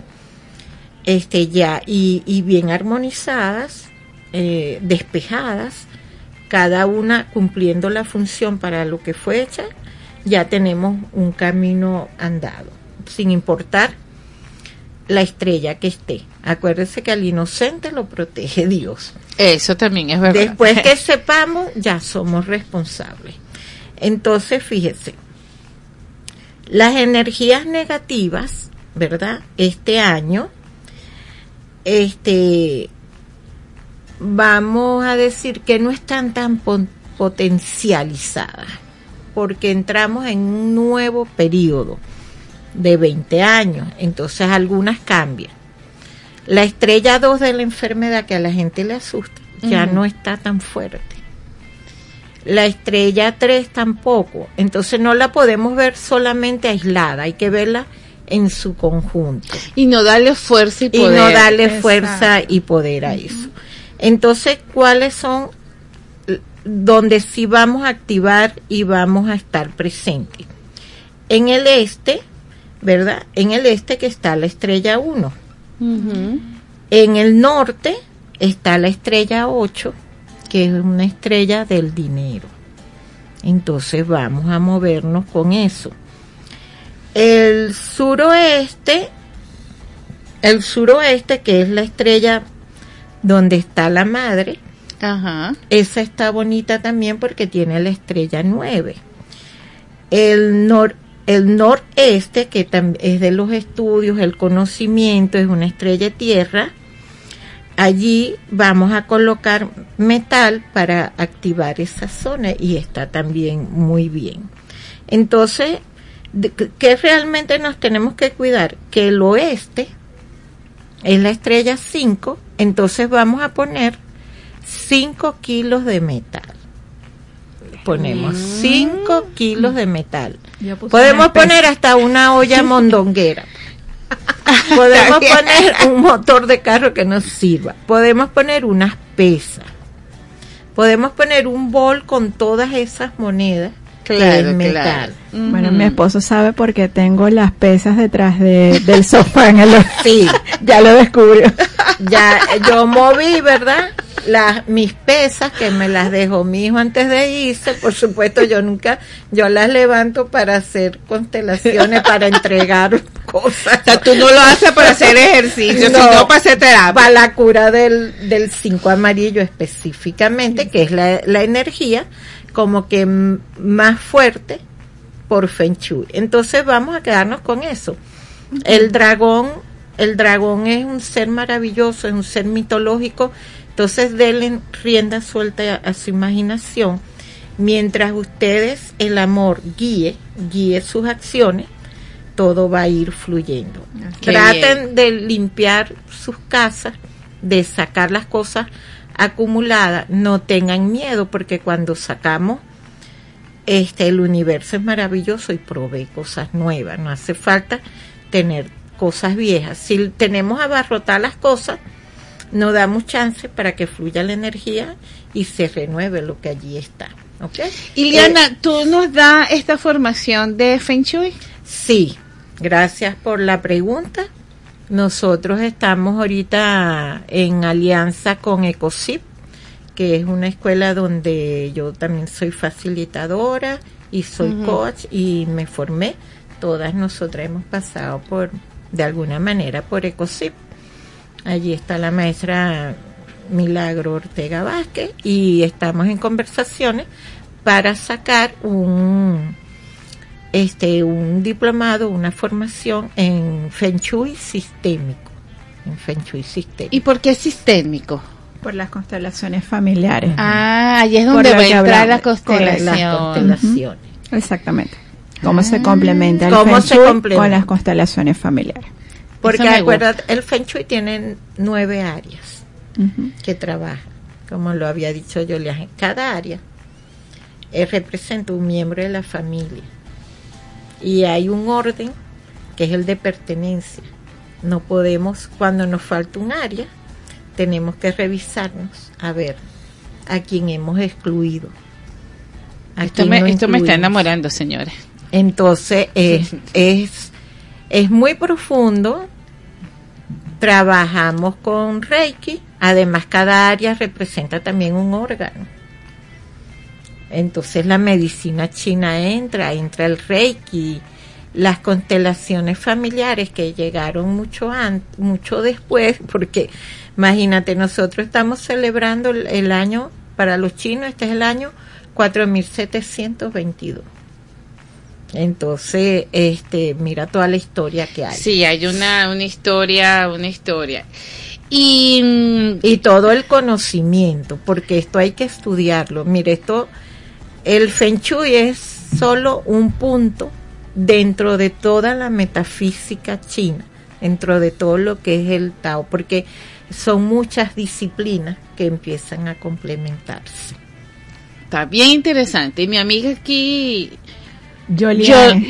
y bien armonizadas, despejadas, cada una cumpliendo la función para lo que fue hecha, ya tenemos un camino andado, sin importar la estrella que esté. Acuérdense que al inocente lo protege Dios. Eso también es verdad. Después que sepamos, ya somos responsables. Entonces, fíjese, las energías negativas, ¿verdad? Este año, vamos a decir que no están tan potencializadas, porque entramos en un nuevo periodo de 20 años, entonces algunas cambian. La estrella 2 de la enfermedad que a la gente le asusta ya no está tan fuerte. La estrella 3 tampoco, entonces no la podemos ver solamente aislada, hay que verla en su conjunto. Y no darle fuerza y poder. Y no darle fuerza y poder a eso. Entonces, ¿cuáles son donde sí vamos a activar y vamos a estar presentes? En el este, ¿verdad? En el este que está la estrella 1. Uh-huh. En el norte está la estrella 8, que es una estrella del dinero. Entonces vamos a movernos con eso. El suroeste, que es la estrella donde está la madre, ajá, esa está bonita también porque tiene la estrella 9. El noreste, que es de los estudios, el conocimiento, es una estrella tierra. Allí vamos a colocar metal para activar esa zona y está también muy bien. Entonces, ¿qué realmente nos tenemos que cuidar? Que el oeste es la estrella 5, entonces vamos a poner 5 kilos de metal. Ponemos 5 kilos de metal. Podemos poner hasta una olla mondonguera. Podemos poner un motor de carro que nos sirva. Podemos poner unas pesas. Podemos poner un bol con todas esas monedas. Claro, metal. Claro. Bueno, mi esposo sabe porque tengo las pesas detrás del sofá en el sí, ya lo descubrió. Ya yo moví, ¿verdad? Mis pesas que me las dejó mi hijo antes de irse, por supuesto yo las levanto para hacer constelaciones, para entregar cosas. O sea, tú no lo haces para hacer ejercicio, sino para hacer terapia. Para la cura del 5 amarillo específicamente, que es la energía como que más fuerte por Feng Shui. Entonces vamos a quedarnos con eso. El dragón el dragón es un ser maravilloso, es un ser mitológico, entonces denle rienda suelta a su imaginación. Mientras ustedes, el amor guíe sus acciones, todo va a ir fluyendo. Traten de limpiar sus casas, de sacar las cosas acumuladas, no tengan miedo, porque cuando sacamos, el universo es maravilloso y provee cosas nuevas, no hace falta tener cosas viejas. Si tenemos abarrotar las cosas, no damos chance para que fluya la energía y se renueve lo que allí está. ¿Okay? Iliana, ¿tú nos das esta formación de Feng Shui? Sí, gracias por la pregunta. Nosotros estamos ahorita en alianza con ECOSIP, que es una escuela donde yo también soy facilitadora y soy coach y me formé. Todas nosotras hemos pasado de alguna manera por ECOSIP. Allí está la maestra Milagro Ortega Vázquez y estamos en conversaciones para sacar un diplomado, una formación en Feng Shui sistémico. ¿Y por qué sistémico? Por las constelaciones familiares. Ahí es donde va a entrar la constelación. Las constelaciones. Exactamente. Cómo se complementa el Feng Shui con las constelaciones familiares. Porque acuérdate, el Feng Shui tiene 9 áreas que trabajan, como lo había dicho yo. Cada área representa un miembro de la familia y hay un orden que es el de pertenencia. No podemos, cuando nos falta un área, tenemos que revisarnos a ver a quién hemos excluido. Esto me está enamorando, señores. Entonces es muy profundo. Trabajamos con Reiki. Además, cada área representa también un órgano. Entonces la medicina china entra el Reiki, las constelaciones familiares que llegaron mucho después, porque imagínate, nosotros estamos celebrando el año, para los chinos este es el año 4722. Entonces, mira toda la historia que hay. Sí, hay una historia. Y todo el conocimiento, porque esto hay que estudiarlo. Mire, el Feng Shui es solo un punto dentro de toda la metafísica china, dentro de todo lo que es el Tao, porque son muchas disciplinas que empiezan a complementarse. Está bien interesante. Y mi amiga aquí, Yolian.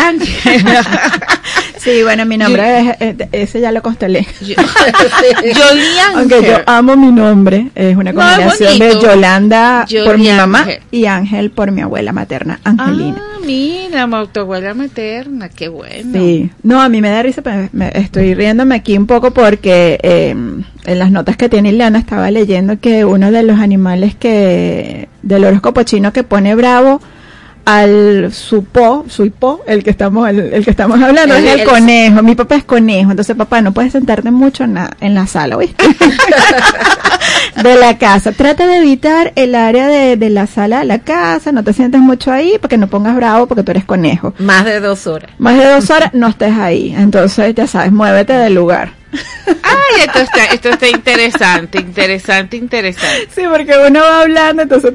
Sí, bueno, mi nombre es, ese ya lo constelé. Yolian. Aunque yo amo mi nombre, es una combinación de Yolanda por mi mamá y Ángel por mi abuela materna, Angelina. Mira, tu abuela materna, qué bueno. Sí, no, a mí me da risa, pero me estoy riéndome aquí un poco porque en las notas que tiene Ileana estaba leyendo que uno de los animales del horóscopo chino que pone bravo al suipo, el que estamos hablando, es el conejo. Mi papá es conejo, entonces papá, no puedes sentarte mucho en la sala, ¿oíste? De la casa. Trata de evitar el área de la sala de la casa, no te sientes mucho ahí, porque no pongas bravo, porque tú eres conejo. Más de 2 horas. Más de 2 horas no estés ahí, entonces ya sabes, muévete del lugar. Ay, esto está interesante. Sí, porque uno va hablando, entonces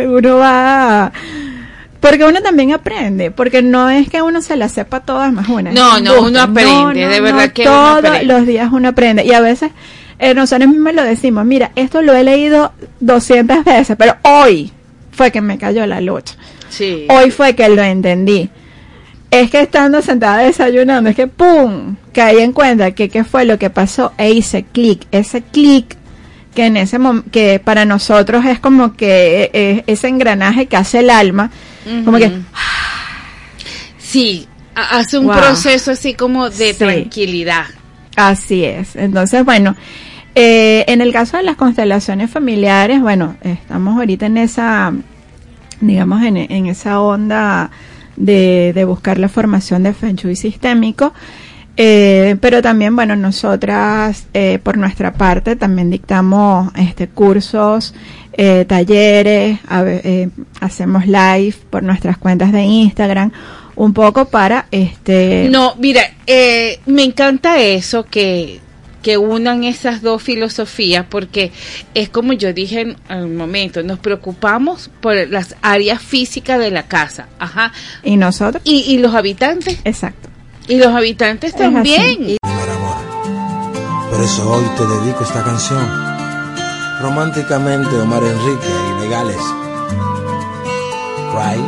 porque uno también aprende, porque no es que uno se la sepa todas más una. No, uno aprende, de verdad que uno aprende. Todos los días uno aprende, y a veces nosotros mismos lo decimos, mira, esto lo he leído 200 veces, pero hoy fue que me cayó la lucha. Sí. Hoy fue que lo entendí. Es que estando sentada desayunando, es que ¡pum! Caí en cuenta que qué fue lo que pasó e hice ese clic que en ese que para nosotros es como que ese engranaje que hace el alma, como que sí, hace un proceso así como de tranquilidad. Así es. Entonces, bueno, en el caso de las constelaciones familiares, bueno, estamos ahorita en esa, digamos, en esa onda de buscar la formación de Feng Shui sistémico. Pero también, bueno, nosotras por nuestra parte también dictamos cursos, talleres, hacemos live por nuestras cuentas de Instagram un poco para No, mira, me encanta eso que unan esas dos filosofías, porque es como yo dije en un momento, nos preocupamos por las áreas físicas de la casa, ajá. ¿Y nosotros? Y los habitantes. Exacto. Y los habitantes Es también. Primer amor. Por eso hoy te dedico esta canción. Románticamente, Omar Enrique, Ilegales. Right.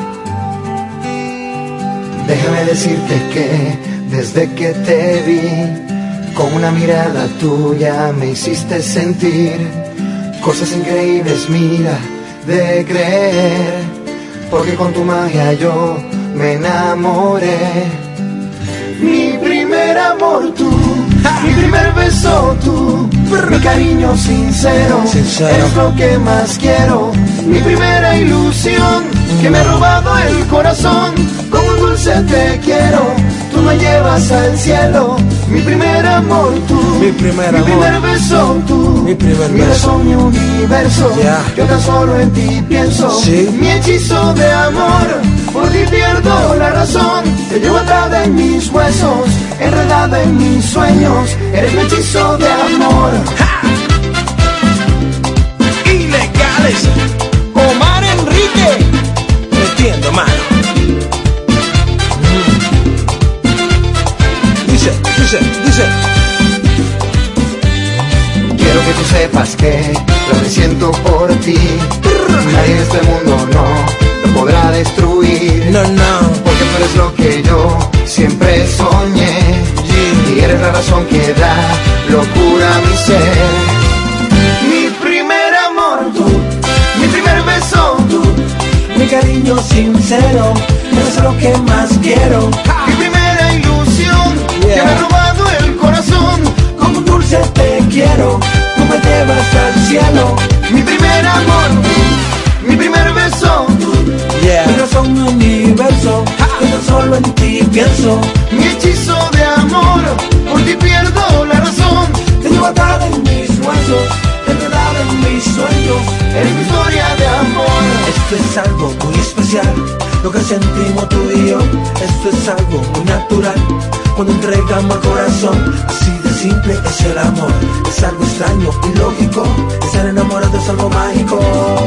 Déjame decirte que desde que te vi, con una mirada tuya me hiciste sentir cosas increíbles, mira, de creer, porque con tu magia yo me enamoré. Mi primer amor tú, mi primer beso tú, mi cariño sincero, es lo que más quiero. Mi primera ilusión, que me ha robado el corazón, como un dulce te quiero, tú me llevas al cielo. Mi primer amor tú, mi primer beso tú, mi beso, mi universo, yo tan solo en ti pienso. Mi hechizo de amor, por ti pierdo la razón, te llevo atada en mis huesos, enredada en mis sueños, eres mi hechizo de amor. Ilegales, Omar Enrique, metiendo mano. Dice. Quiero que tú sepas que lo que siento por ti, nadie en este mundo no lo podrá destruir. No. Porque tú eres lo que yo siempre soñé, y eres la razón que da locura a mi ser. Mi primer amor tú, mi primer beso tú, mi cariño sincero, eres lo que más quiero. Mi primera ilusión, que me ha robado el corazón, como un dulce te quiero, tú me llevas al cielo. Mi primer amor, mi primer beso, mi razón, mi universo, yo tan solo en ti pienso. Mi hechizo de amor, por ti pierdo la razón, te llevo atada en mis huesos, enredada en mis sueños, eres mi historia de amor. Esto es algo muy especial, lo que sentimos tú y yo. Esto es algo muy natural, cuando entregamos el corazón, así de simple es el amor. Es algo extraño y lógico, estar enamorado es algo mágico.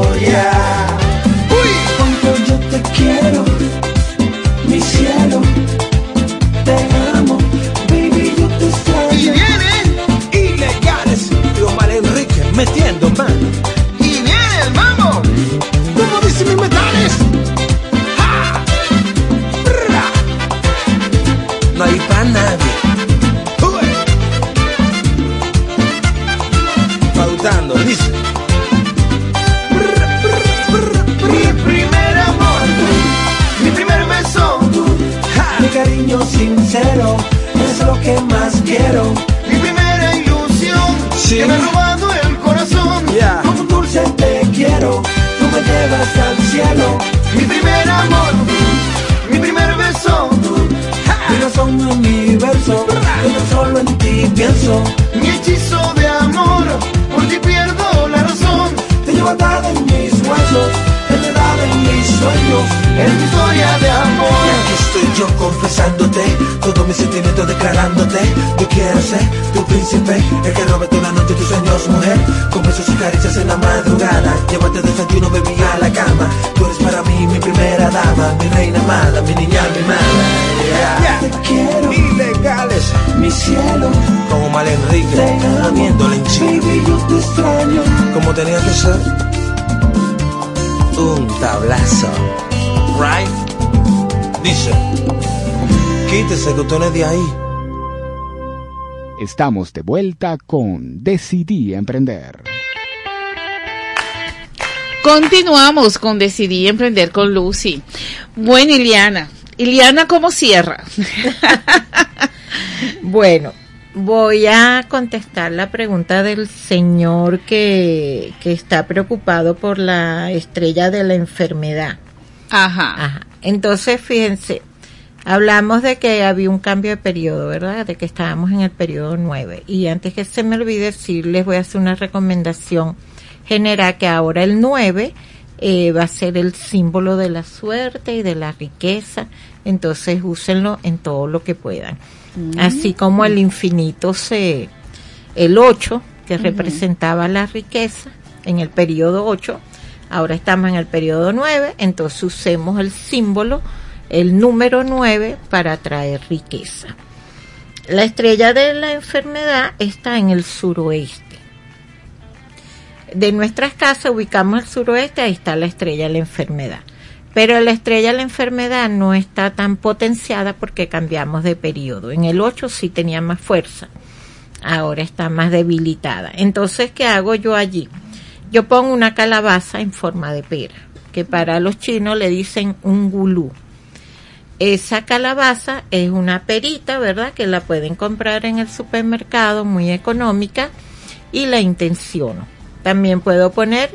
Cuando yo te quiero, mi cielo, te amo, baby, yo te extraño. Y viene Ilegales y Omar Enrique metiendo mano. Y viene el mambo, como dicen mis metales. ¡Ja! ¡Bra! No hay para nadie. Pautando, dice. Mi primer amor, mi primer beso, mi cariño sincero, es lo que más quiero. Mi primera ilusión, que me ha robado el corazón, como un dulce te quiero, tú me llevas al cielo. Mi primer amor, mi primer beso, mi razón, mi universo, yo tan solo en ti pienso. Mi hechizo de amor, por ti pierdo la razón, te llevo atada en mis huesos, enredada en mis sueños, es mi historia de amor. Y aquí estoy yo confesándote, todos mis sentimientos declarándote. Yo quiero ser tu príncipe, el que robe toda la noche tus sueños, mujer. Con besos y caricias en la madrugada, llévate desayuno, bebí a la cama. Tú eres para mí mi primera dama, mi reina amada, mi niña mimada. Te quiero, Ilegales, mi cielo, como Omar Enrique, poniéndole en chino. baby, yo te extraño. Como tenía que ser, un tablazo, right? Dice, quítese que usted no es de ahí. Estamos de vuelta con Decidí Emprender. Continuamos con Decidí Emprender con Lucy. Bueno, Iliana, ¿cómo cierra? Bueno, voy a contestar la pregunta del señor que está preocupado por la estrella de la enfermedad. Ajá. Entonces, fíjense, hablamos de que había un cambio de periodo, ¿verdad? De que estábamos en el periodo 9. Y antes que se me olvide decirles, voy a hacer una recomendación general, que ahora el 9 va a ser el símbolo de la suerte y de la riqueza, entonces úsenlo en todo lo que puedan. Así como el infinito el 8, que representaba la riqueza en el periodo 8, ahora estamos en el periodo 9, entonces usemos el símbolo, el número 9, para traer riqueza. La estrella de la enfermedad está en el suroeste. De nuestras casas ubicamos el suroeste, ahí está la estrella de la enfermedad. Pero la estrella de la enfermedad no está tan potenciada porque cambiamos de periodo. En el 8 sí tenía más fuerza, ahora está más debilitada. Entonces, ¿qué hago yo allí? Yo pongo una calabaza en forma de pera, que para los chinos le dicen un gulú. Esa calabaza es una perita, ¿verdad?, que la pueden comprar en el supermercado, muy económica, y la intenciono. También puedo poner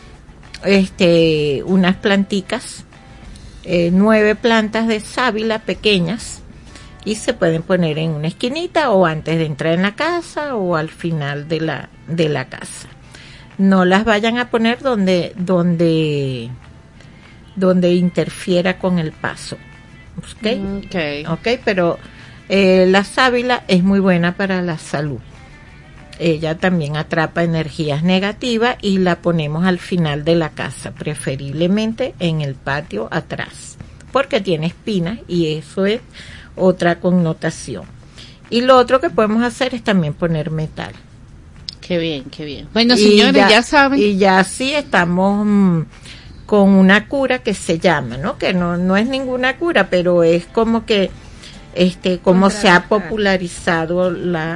unas planticas, 9 plantas de sábila pequeñas, y se pueden poner en una esquinita o antes de entrar en la casa o al final de la casa. No las vayan a poner donde interfiera con el paso. Okay, pero la sábila es muy buena para la salud. Ella también atrapa energías negativas y la ponemos al final de la casa, preferiblemente en el patio atrás, porque tiene espinas y eso es otra connotación. Y lo otro que podemos hacer es también poner metal. Qué bien, qué bien. Bueno, señores, ya saben. Y ya sí estamos con una cura que se llama, ¿no? Que no es ninguna cura, pero es como que como se ha popularizado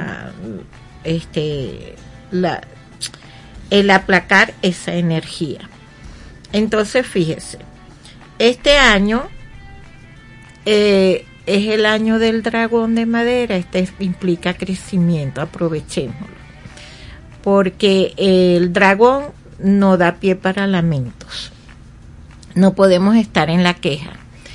el aplacar esa energía. Entonces, fíjese, este año es el año del dragón de madera. Implica crecimiento, aprovechémoslo, porque el dragón no da pie para lamentos. No podemos estar en la queja.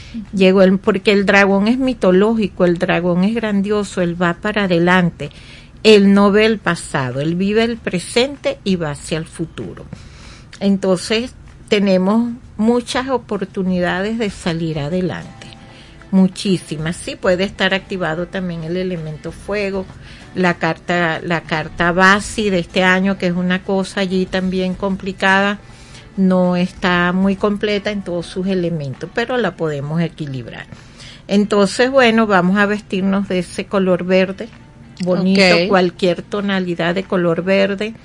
Porque el dragón es mitológico, el dragón es grandioso, él va para adelante. Él no ve el pasado, él vive el presente y va hacia el futuro. Entonces, tenemos muchas oportunidades de salir adelante. Muchísimas. Sí, puede estar activado también el elemento fuego, la carta Basi de este año, que es una cosa allí también complicada, no está muy completa en todos sus elementos, pero la podemos equilibrar. Entonces, bueno, vamos a vestirnos de ese color verde, bonito, cualquier tonalidad de color verde.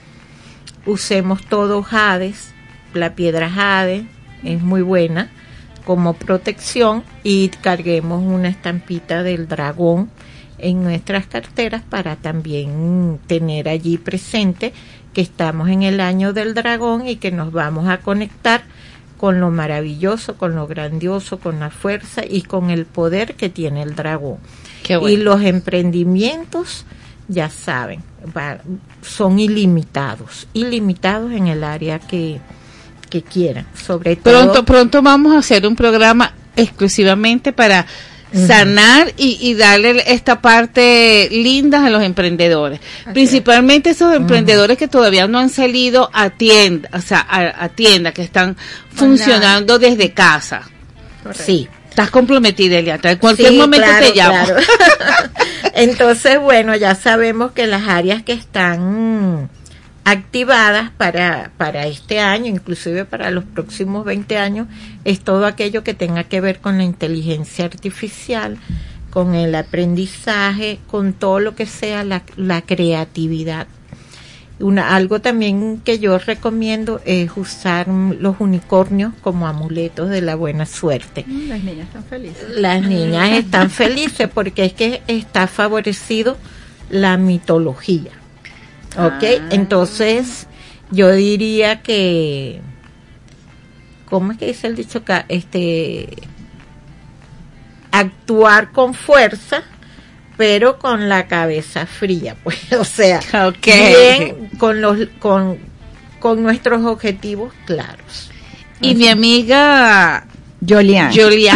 Usemos todo jades, la piedra jade es muy buena como protección, y carguemos una estampita del dragón en nuestras carteras para también tener allí presente que estamos en el año del dragón y que nos vamos a conectar con lo maravilloso, con lo grandioso, con la fuerza y con el poder que tiene el dragón. Qué bueno. Y los emprendimientos, ya saben, son ilimitados en el área que quieran. Sobre todo, pronto vamos a hacer un programa exclusivamente para sanar y darle esta parte linda a los emprendedores, principalmente esos emprendedores que todavía no han salido a tienda, o sea, a tienda, que están funcionando desde casa. Correcto. Sí. Estás comprometida, Eliana. En cualquier momento te llamo. Claro. Entonces, bueno, ya sabemos que las áreas que están activadas para este año, inclusive para los próximos 20 años, es todo aquello que tenga que ver con la inteligencia artificial, con el aprendizaje, con todo lo que sea la creatividad. Algo también que yo recomiendo es usar los unicornios como amuletos de la buena suerte. Las niñas están felices. Las niñas están felices porque es que está favorecido la mitología. Entonces yo diría que, ¿cómo es que dice el dicho acá? Actuar con fuerza, pero con la cabeza fría, pues, o sea, bien con nuestros objetivos claros. Y mi amiga Jolian.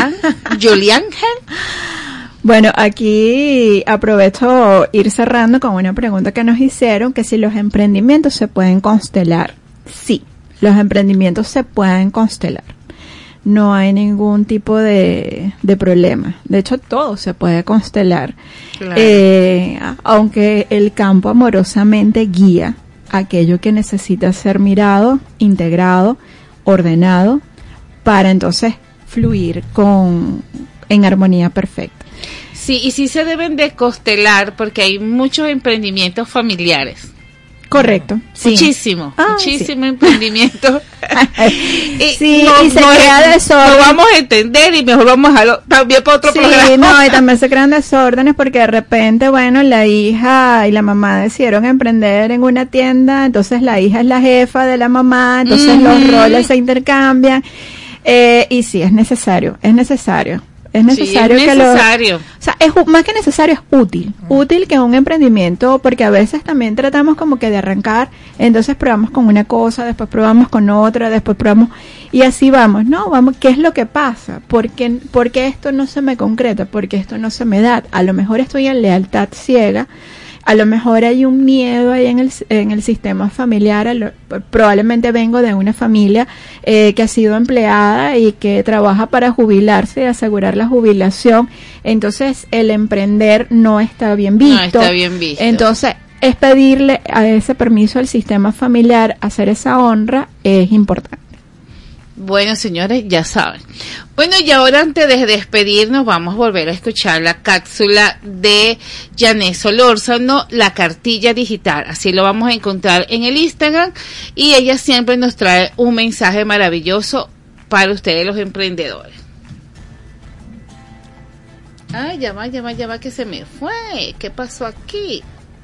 Bueno, aquí aprovecho ir cerrando con una pregunta que nos hicieron, que si los emprendimientos se pueden constelar. Sí, los emprendimientos se pueden constelar. No hay ningún tipo de problema. De hecho, todo se puede constelar. Claro. Aunque el campo amorosamente guía aquello que necesita ser mirado, integrado, ordenado, para entonces fluir en armonía perfecta. Sí, y sí se deben de constelar porque hay muchos emprendimientos familiares. Correcto. Sí. Muchísimo emprendimiento. Sí, y se crea desorden. No vamos a entender y mejor vamos a dejarlo también para otro programa. Sí, no, y también se crean desórdenes porque de repente, bueno, la hija y la mamá decidieron emprender en una tienda, entonces la hija es la jefa de la mamá, entonces los roles se intercambian. Y sí, es necesario. Es necesario que o sea, es más que necesario, es útil que un emprendimiento, porque a veces también tratamos como que de arrancar, entonces probamos con una cosa, después probamos con otra, después probamos, y así vamos, ¿qué es lo que pasa? ¿Por qué esto no se me concreta? ¿Por qué esto no se me da? A lo mejor estoy en lealtad ciega, a lo mejor hay un miedo ahí en el sistema familiar, probablemente vengo de una familia que ha sido empleada y que trabaja para jubilarse y asegurar la jubilación, entonces el emprender no está bien visto. Entonces es pedirle a ese permiso al sistema familiar, hacer esa honra es importante. Bueno, señores, ya saben. Bueno, y ahora antes de despedirnos vamos a volver a escuchar la cápsula de Janet Solórzano, la cartilla digital. Así lo vamos a encontrar en el Instagram y ella siempre nos trae un mensaje maravilloso para ustedes los emprendedores. Ay, ya va que se me fue. ¿Qué pasó aquí?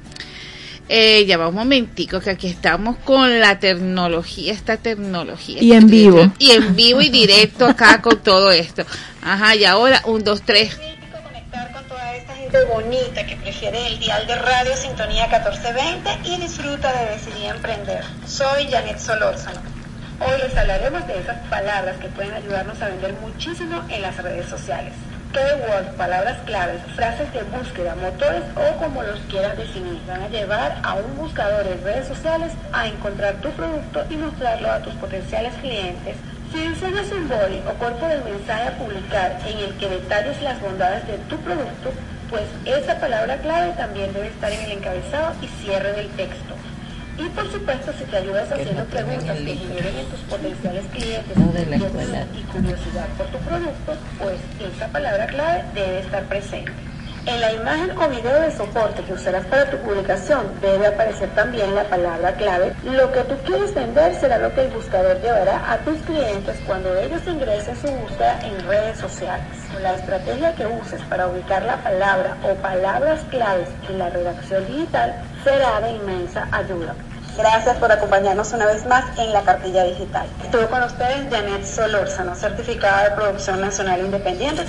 Ya va un momentico, que aquí estamos con la tecnología, esta tecnología. Y en vivo. Y en vivo y directo acá con todo esto. Ajá, y ahora, 1, 2, 3. Conectar con toda esta gente bonita que prefiere el dial de radio Sintonía 1420 y disfruta de decidir emprender. Soy Janet Solórzano. Hoy les hablaremos de esas palabras que pueden ayudarnos a vender muchísimo en las redes sociales. Keywords, palabras claves, frases de búsqueda, motores o como los quieras definir, van a llevar a un buscador en redes sociales a encontrar tu producto y mostrarlo a tus potenciales clientes. Si diseñas un body o cuerpo del mensaje a publicar en el que detalles las bondades de tu producto, pues esa palabra clave también debe estar en el encabezado y cierre del texto. Y por supuesto, si te ayudas haciendo preguntas que generen en tus potenciales clientes y curiosidad por tu producto, pues esa palabra clave debe estar presente. En la imagen o video de soporte que usarás para tu publicación debe aparecer también la palabra clave. Lo que tú quieres vender será lo que el buscador llevará a tus clientes cuando ellos ingresen su búsqueda en redes sociales. La estrategia que uses para ubicar la palabra o palabras claves en la redacción digital será de inmensa ayuda. Gracias por acompañarnos una vez más en la cartilla digital. Estuvo con ustedes Janet Solórzano, certificada de Producción Nacional Independiente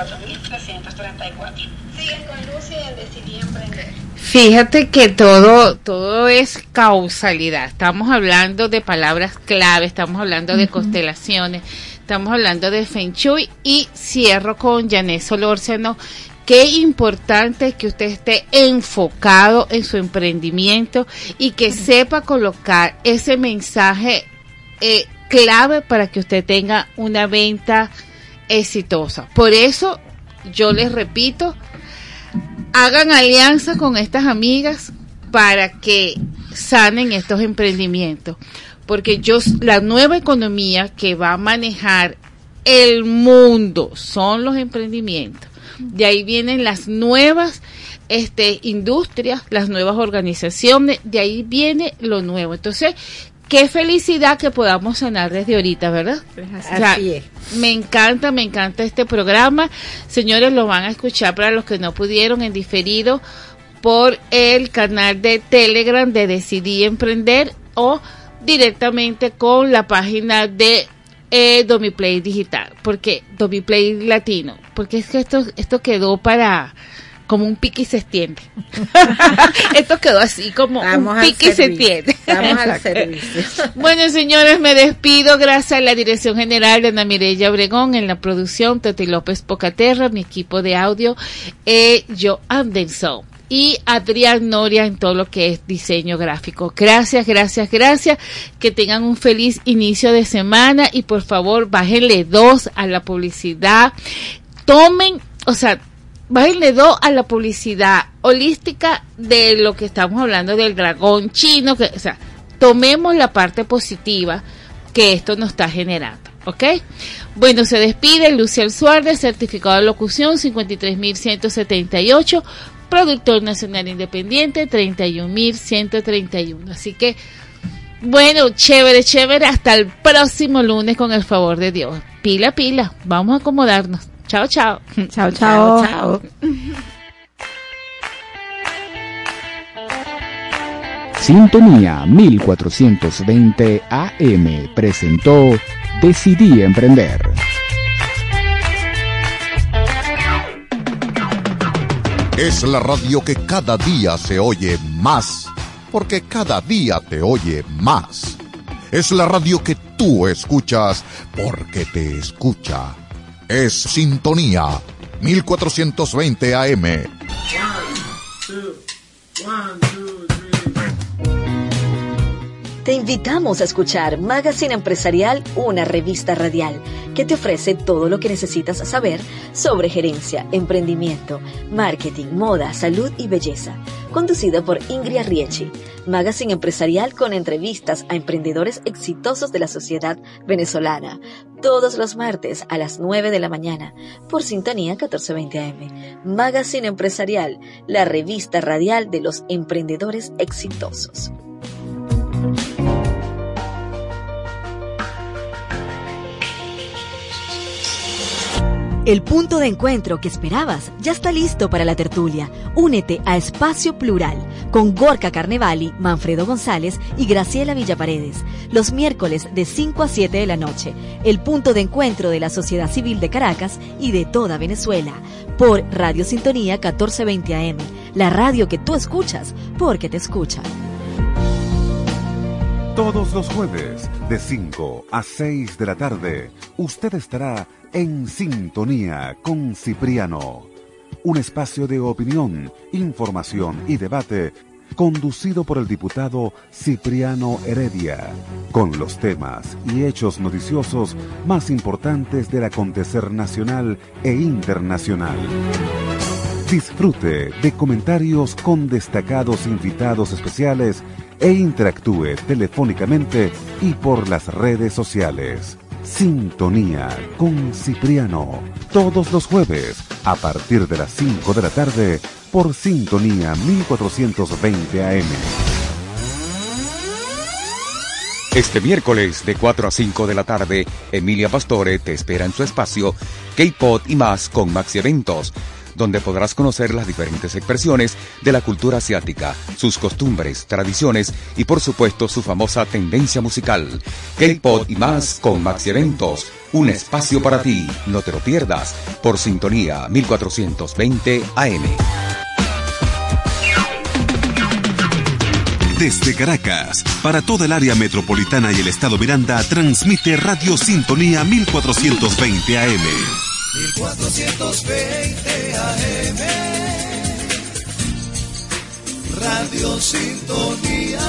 34.334. Siguen con Lucy en Decidí Emprender. Fíjate que todo es causalidad. Estamos hablando de palabras clave, estamos hablando de constelaciones, estamos hablando de Feng Shui y cierro con Janet Solórzano. Qué importante que usted esté enfocado en su emprendimiento y que sepa colocar ese mensaje clave para que usted tenga una venta exitosa. Por eso, yo les repito, hagan alianza con estas amigas para que sanen estos emprendimientos. Porque la nueva economía que va a manejar el mundo son los emprendimientos. De ahí vienen las nuevas industrias, las nuevas organizaciones, de ahí viene lo nuevo. Entonces, qué felicidad que podamos sanar desde ahorita, ¿verdad? Así es. Me encanta este programa. Señores, lo van a escuchar para los que no pudieron en diferido por el canal de Telegram de Decidí Emprender o directamente con la página de Domiplay Digital, porque Domiplay Latino, porque es que esto quedó para como un pique y se extiende. Esto quedó así como un pique y se extiende. Estamos al servicio. Bueno, señores, me despido. Gracias a la dirección general de Ana Mireya Obregón, en la producción Toti López Pocaterra, mi equipo de audio, yo Anderson. y Adrián Noria en todo lo que es diseño gráfico. Gracias. Que tengan un feliz inicio de semana y por favor bájenle 2 a la publicidad. Bájenle 2 a la publicidad holística de lo que estamos hablando del dragón chino, tomemos la parte positiva que esto nos está generando, ¿ok? Bueno, se despide Luciel Suárez, certificado de locución 53.178, productor nacional independiente 31.131. Así que, bueno, chévere, hasta el próximo lunes con el favor de Dios. Pila, vamos a acomodarnos. Chao. Chao. Sintonía 1420 AM presentó Decidí Emprender. Es la radio que cada día se oye más, porque cada día te oye más. Es la radio que tú escuchas, porque te escucha. Es Sintonía 1420 AM. Te invitamos a escuchar Magazine Empresarial, una revista radial que te ofrece todo lo que necesitas saber sobre gerencia, emprendimiento, marketing, moda, salud y belleza. Conducido por Ingrid Riechi. Magazine Empresarial con entrevistas a emprendedores exitosos de la sociedad venezolana. Todos los martes a las 9 de la mañana por Sintonía 1420 AM. Magazine Empresarial, la revista radial de los emprendedores exitosos. El punto de encuentro que esperabas ya está listo para la tertulia. Únete a Espacio Plural con Gorka Carnevali, Manfredo González y Graciela Villaparedes. Los miércoles de 5 a 7 de la noche. El punto de encuentro de la sociedad civil de Caracas y de toda Venezuela. Por Radio Sintonía 1420 AM. La radio que tú escuchas porque te escucha. Todos los jueves, de 5 a 6 de la tarde, usted estará en Sintonía con Cipriano. Un espacio de opinión, información y debate conducido por el diputado Cipriano Heredia, con los temas y hechos noticiosos más importantes del acontecer nacional e internacional. Disfrute de comentarios con destacados invitados especiales e interactúe telefónicamente y por las redes sociales. Sintonía con Cipriano, todos los jueves a partir de las 5 de la tarde por Sintonía 1420 AM. Este miércoles de 4 a 5 de la tarde, Emilia Pastore te espera en su espacio K-Pod y más con Maxi Eventos, donde podrás conocer las diferentes expresiones de la cultura asiática, sus costumbres, tradiciones y por supuesto su famosa tendencia musical. K-Pod y más con Maxi Eventos, un espacio para ti, no te lo pierdas, por Sintonía 1420 AM. Desde Caracas, para toda el área metropolitana y el estado Miranda, transmite Radio Sintonía 1420 AM. 1420 AM, Radio Sintonía.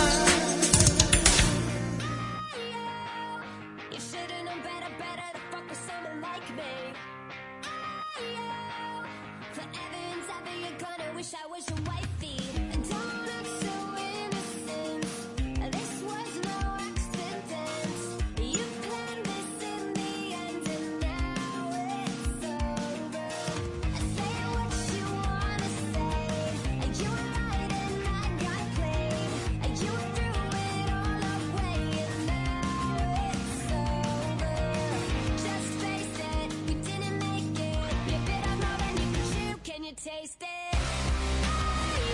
Taste it.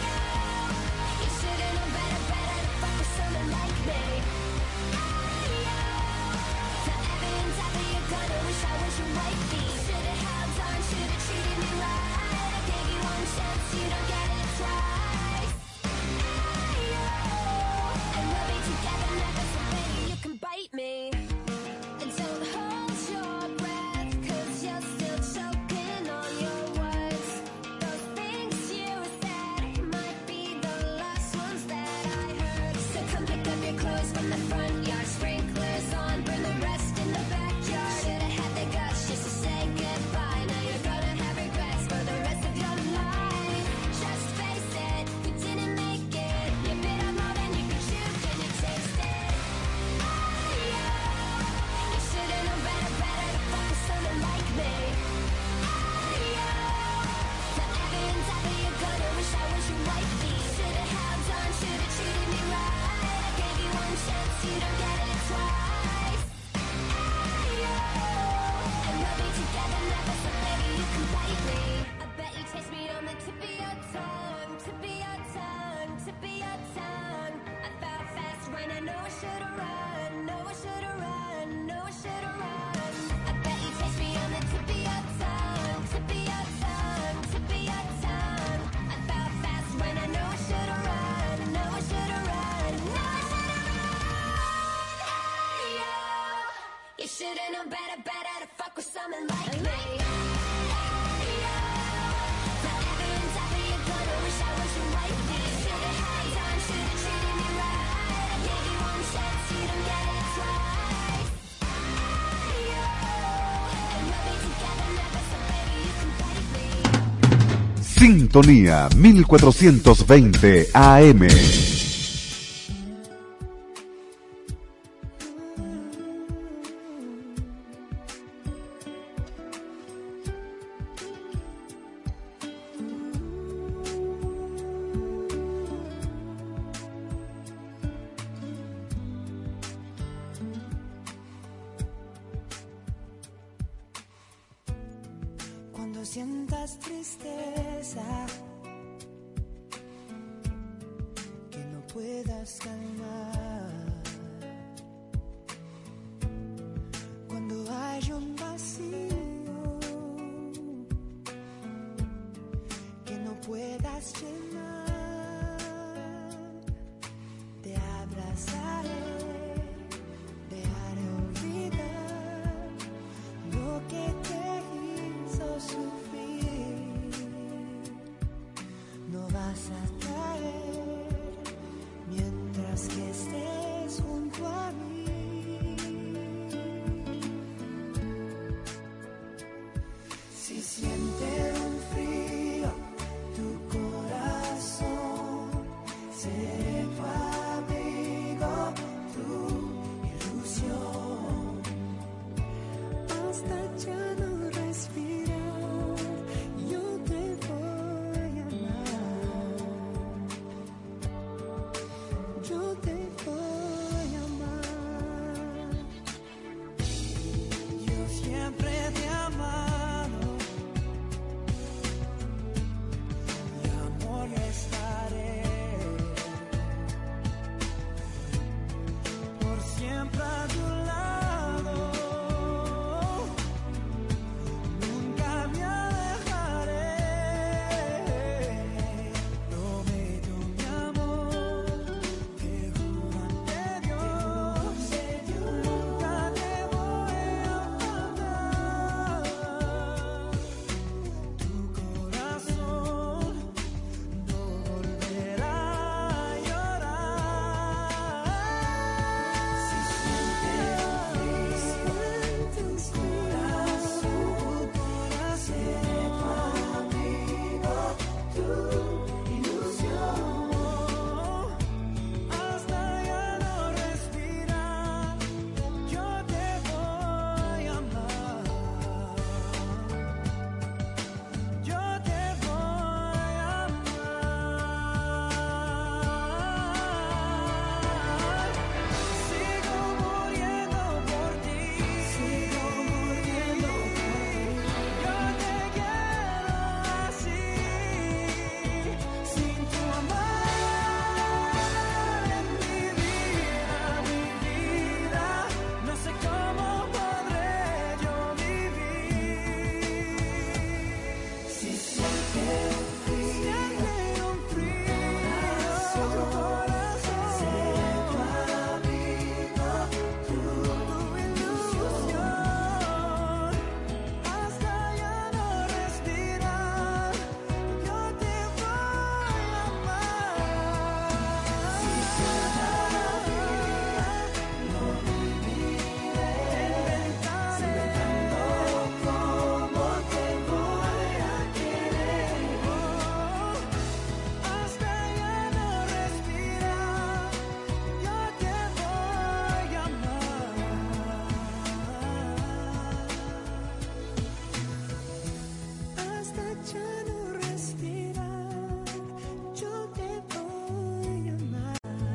Sintonía 1420 AM. Sientas tristeza que no puedas calmar, cuando hay un vacío que no puedas llenar, te abrazaré, te haré olvidar lo que te hizo sufrir. No vas a caer mientras que estés junto a mí. Si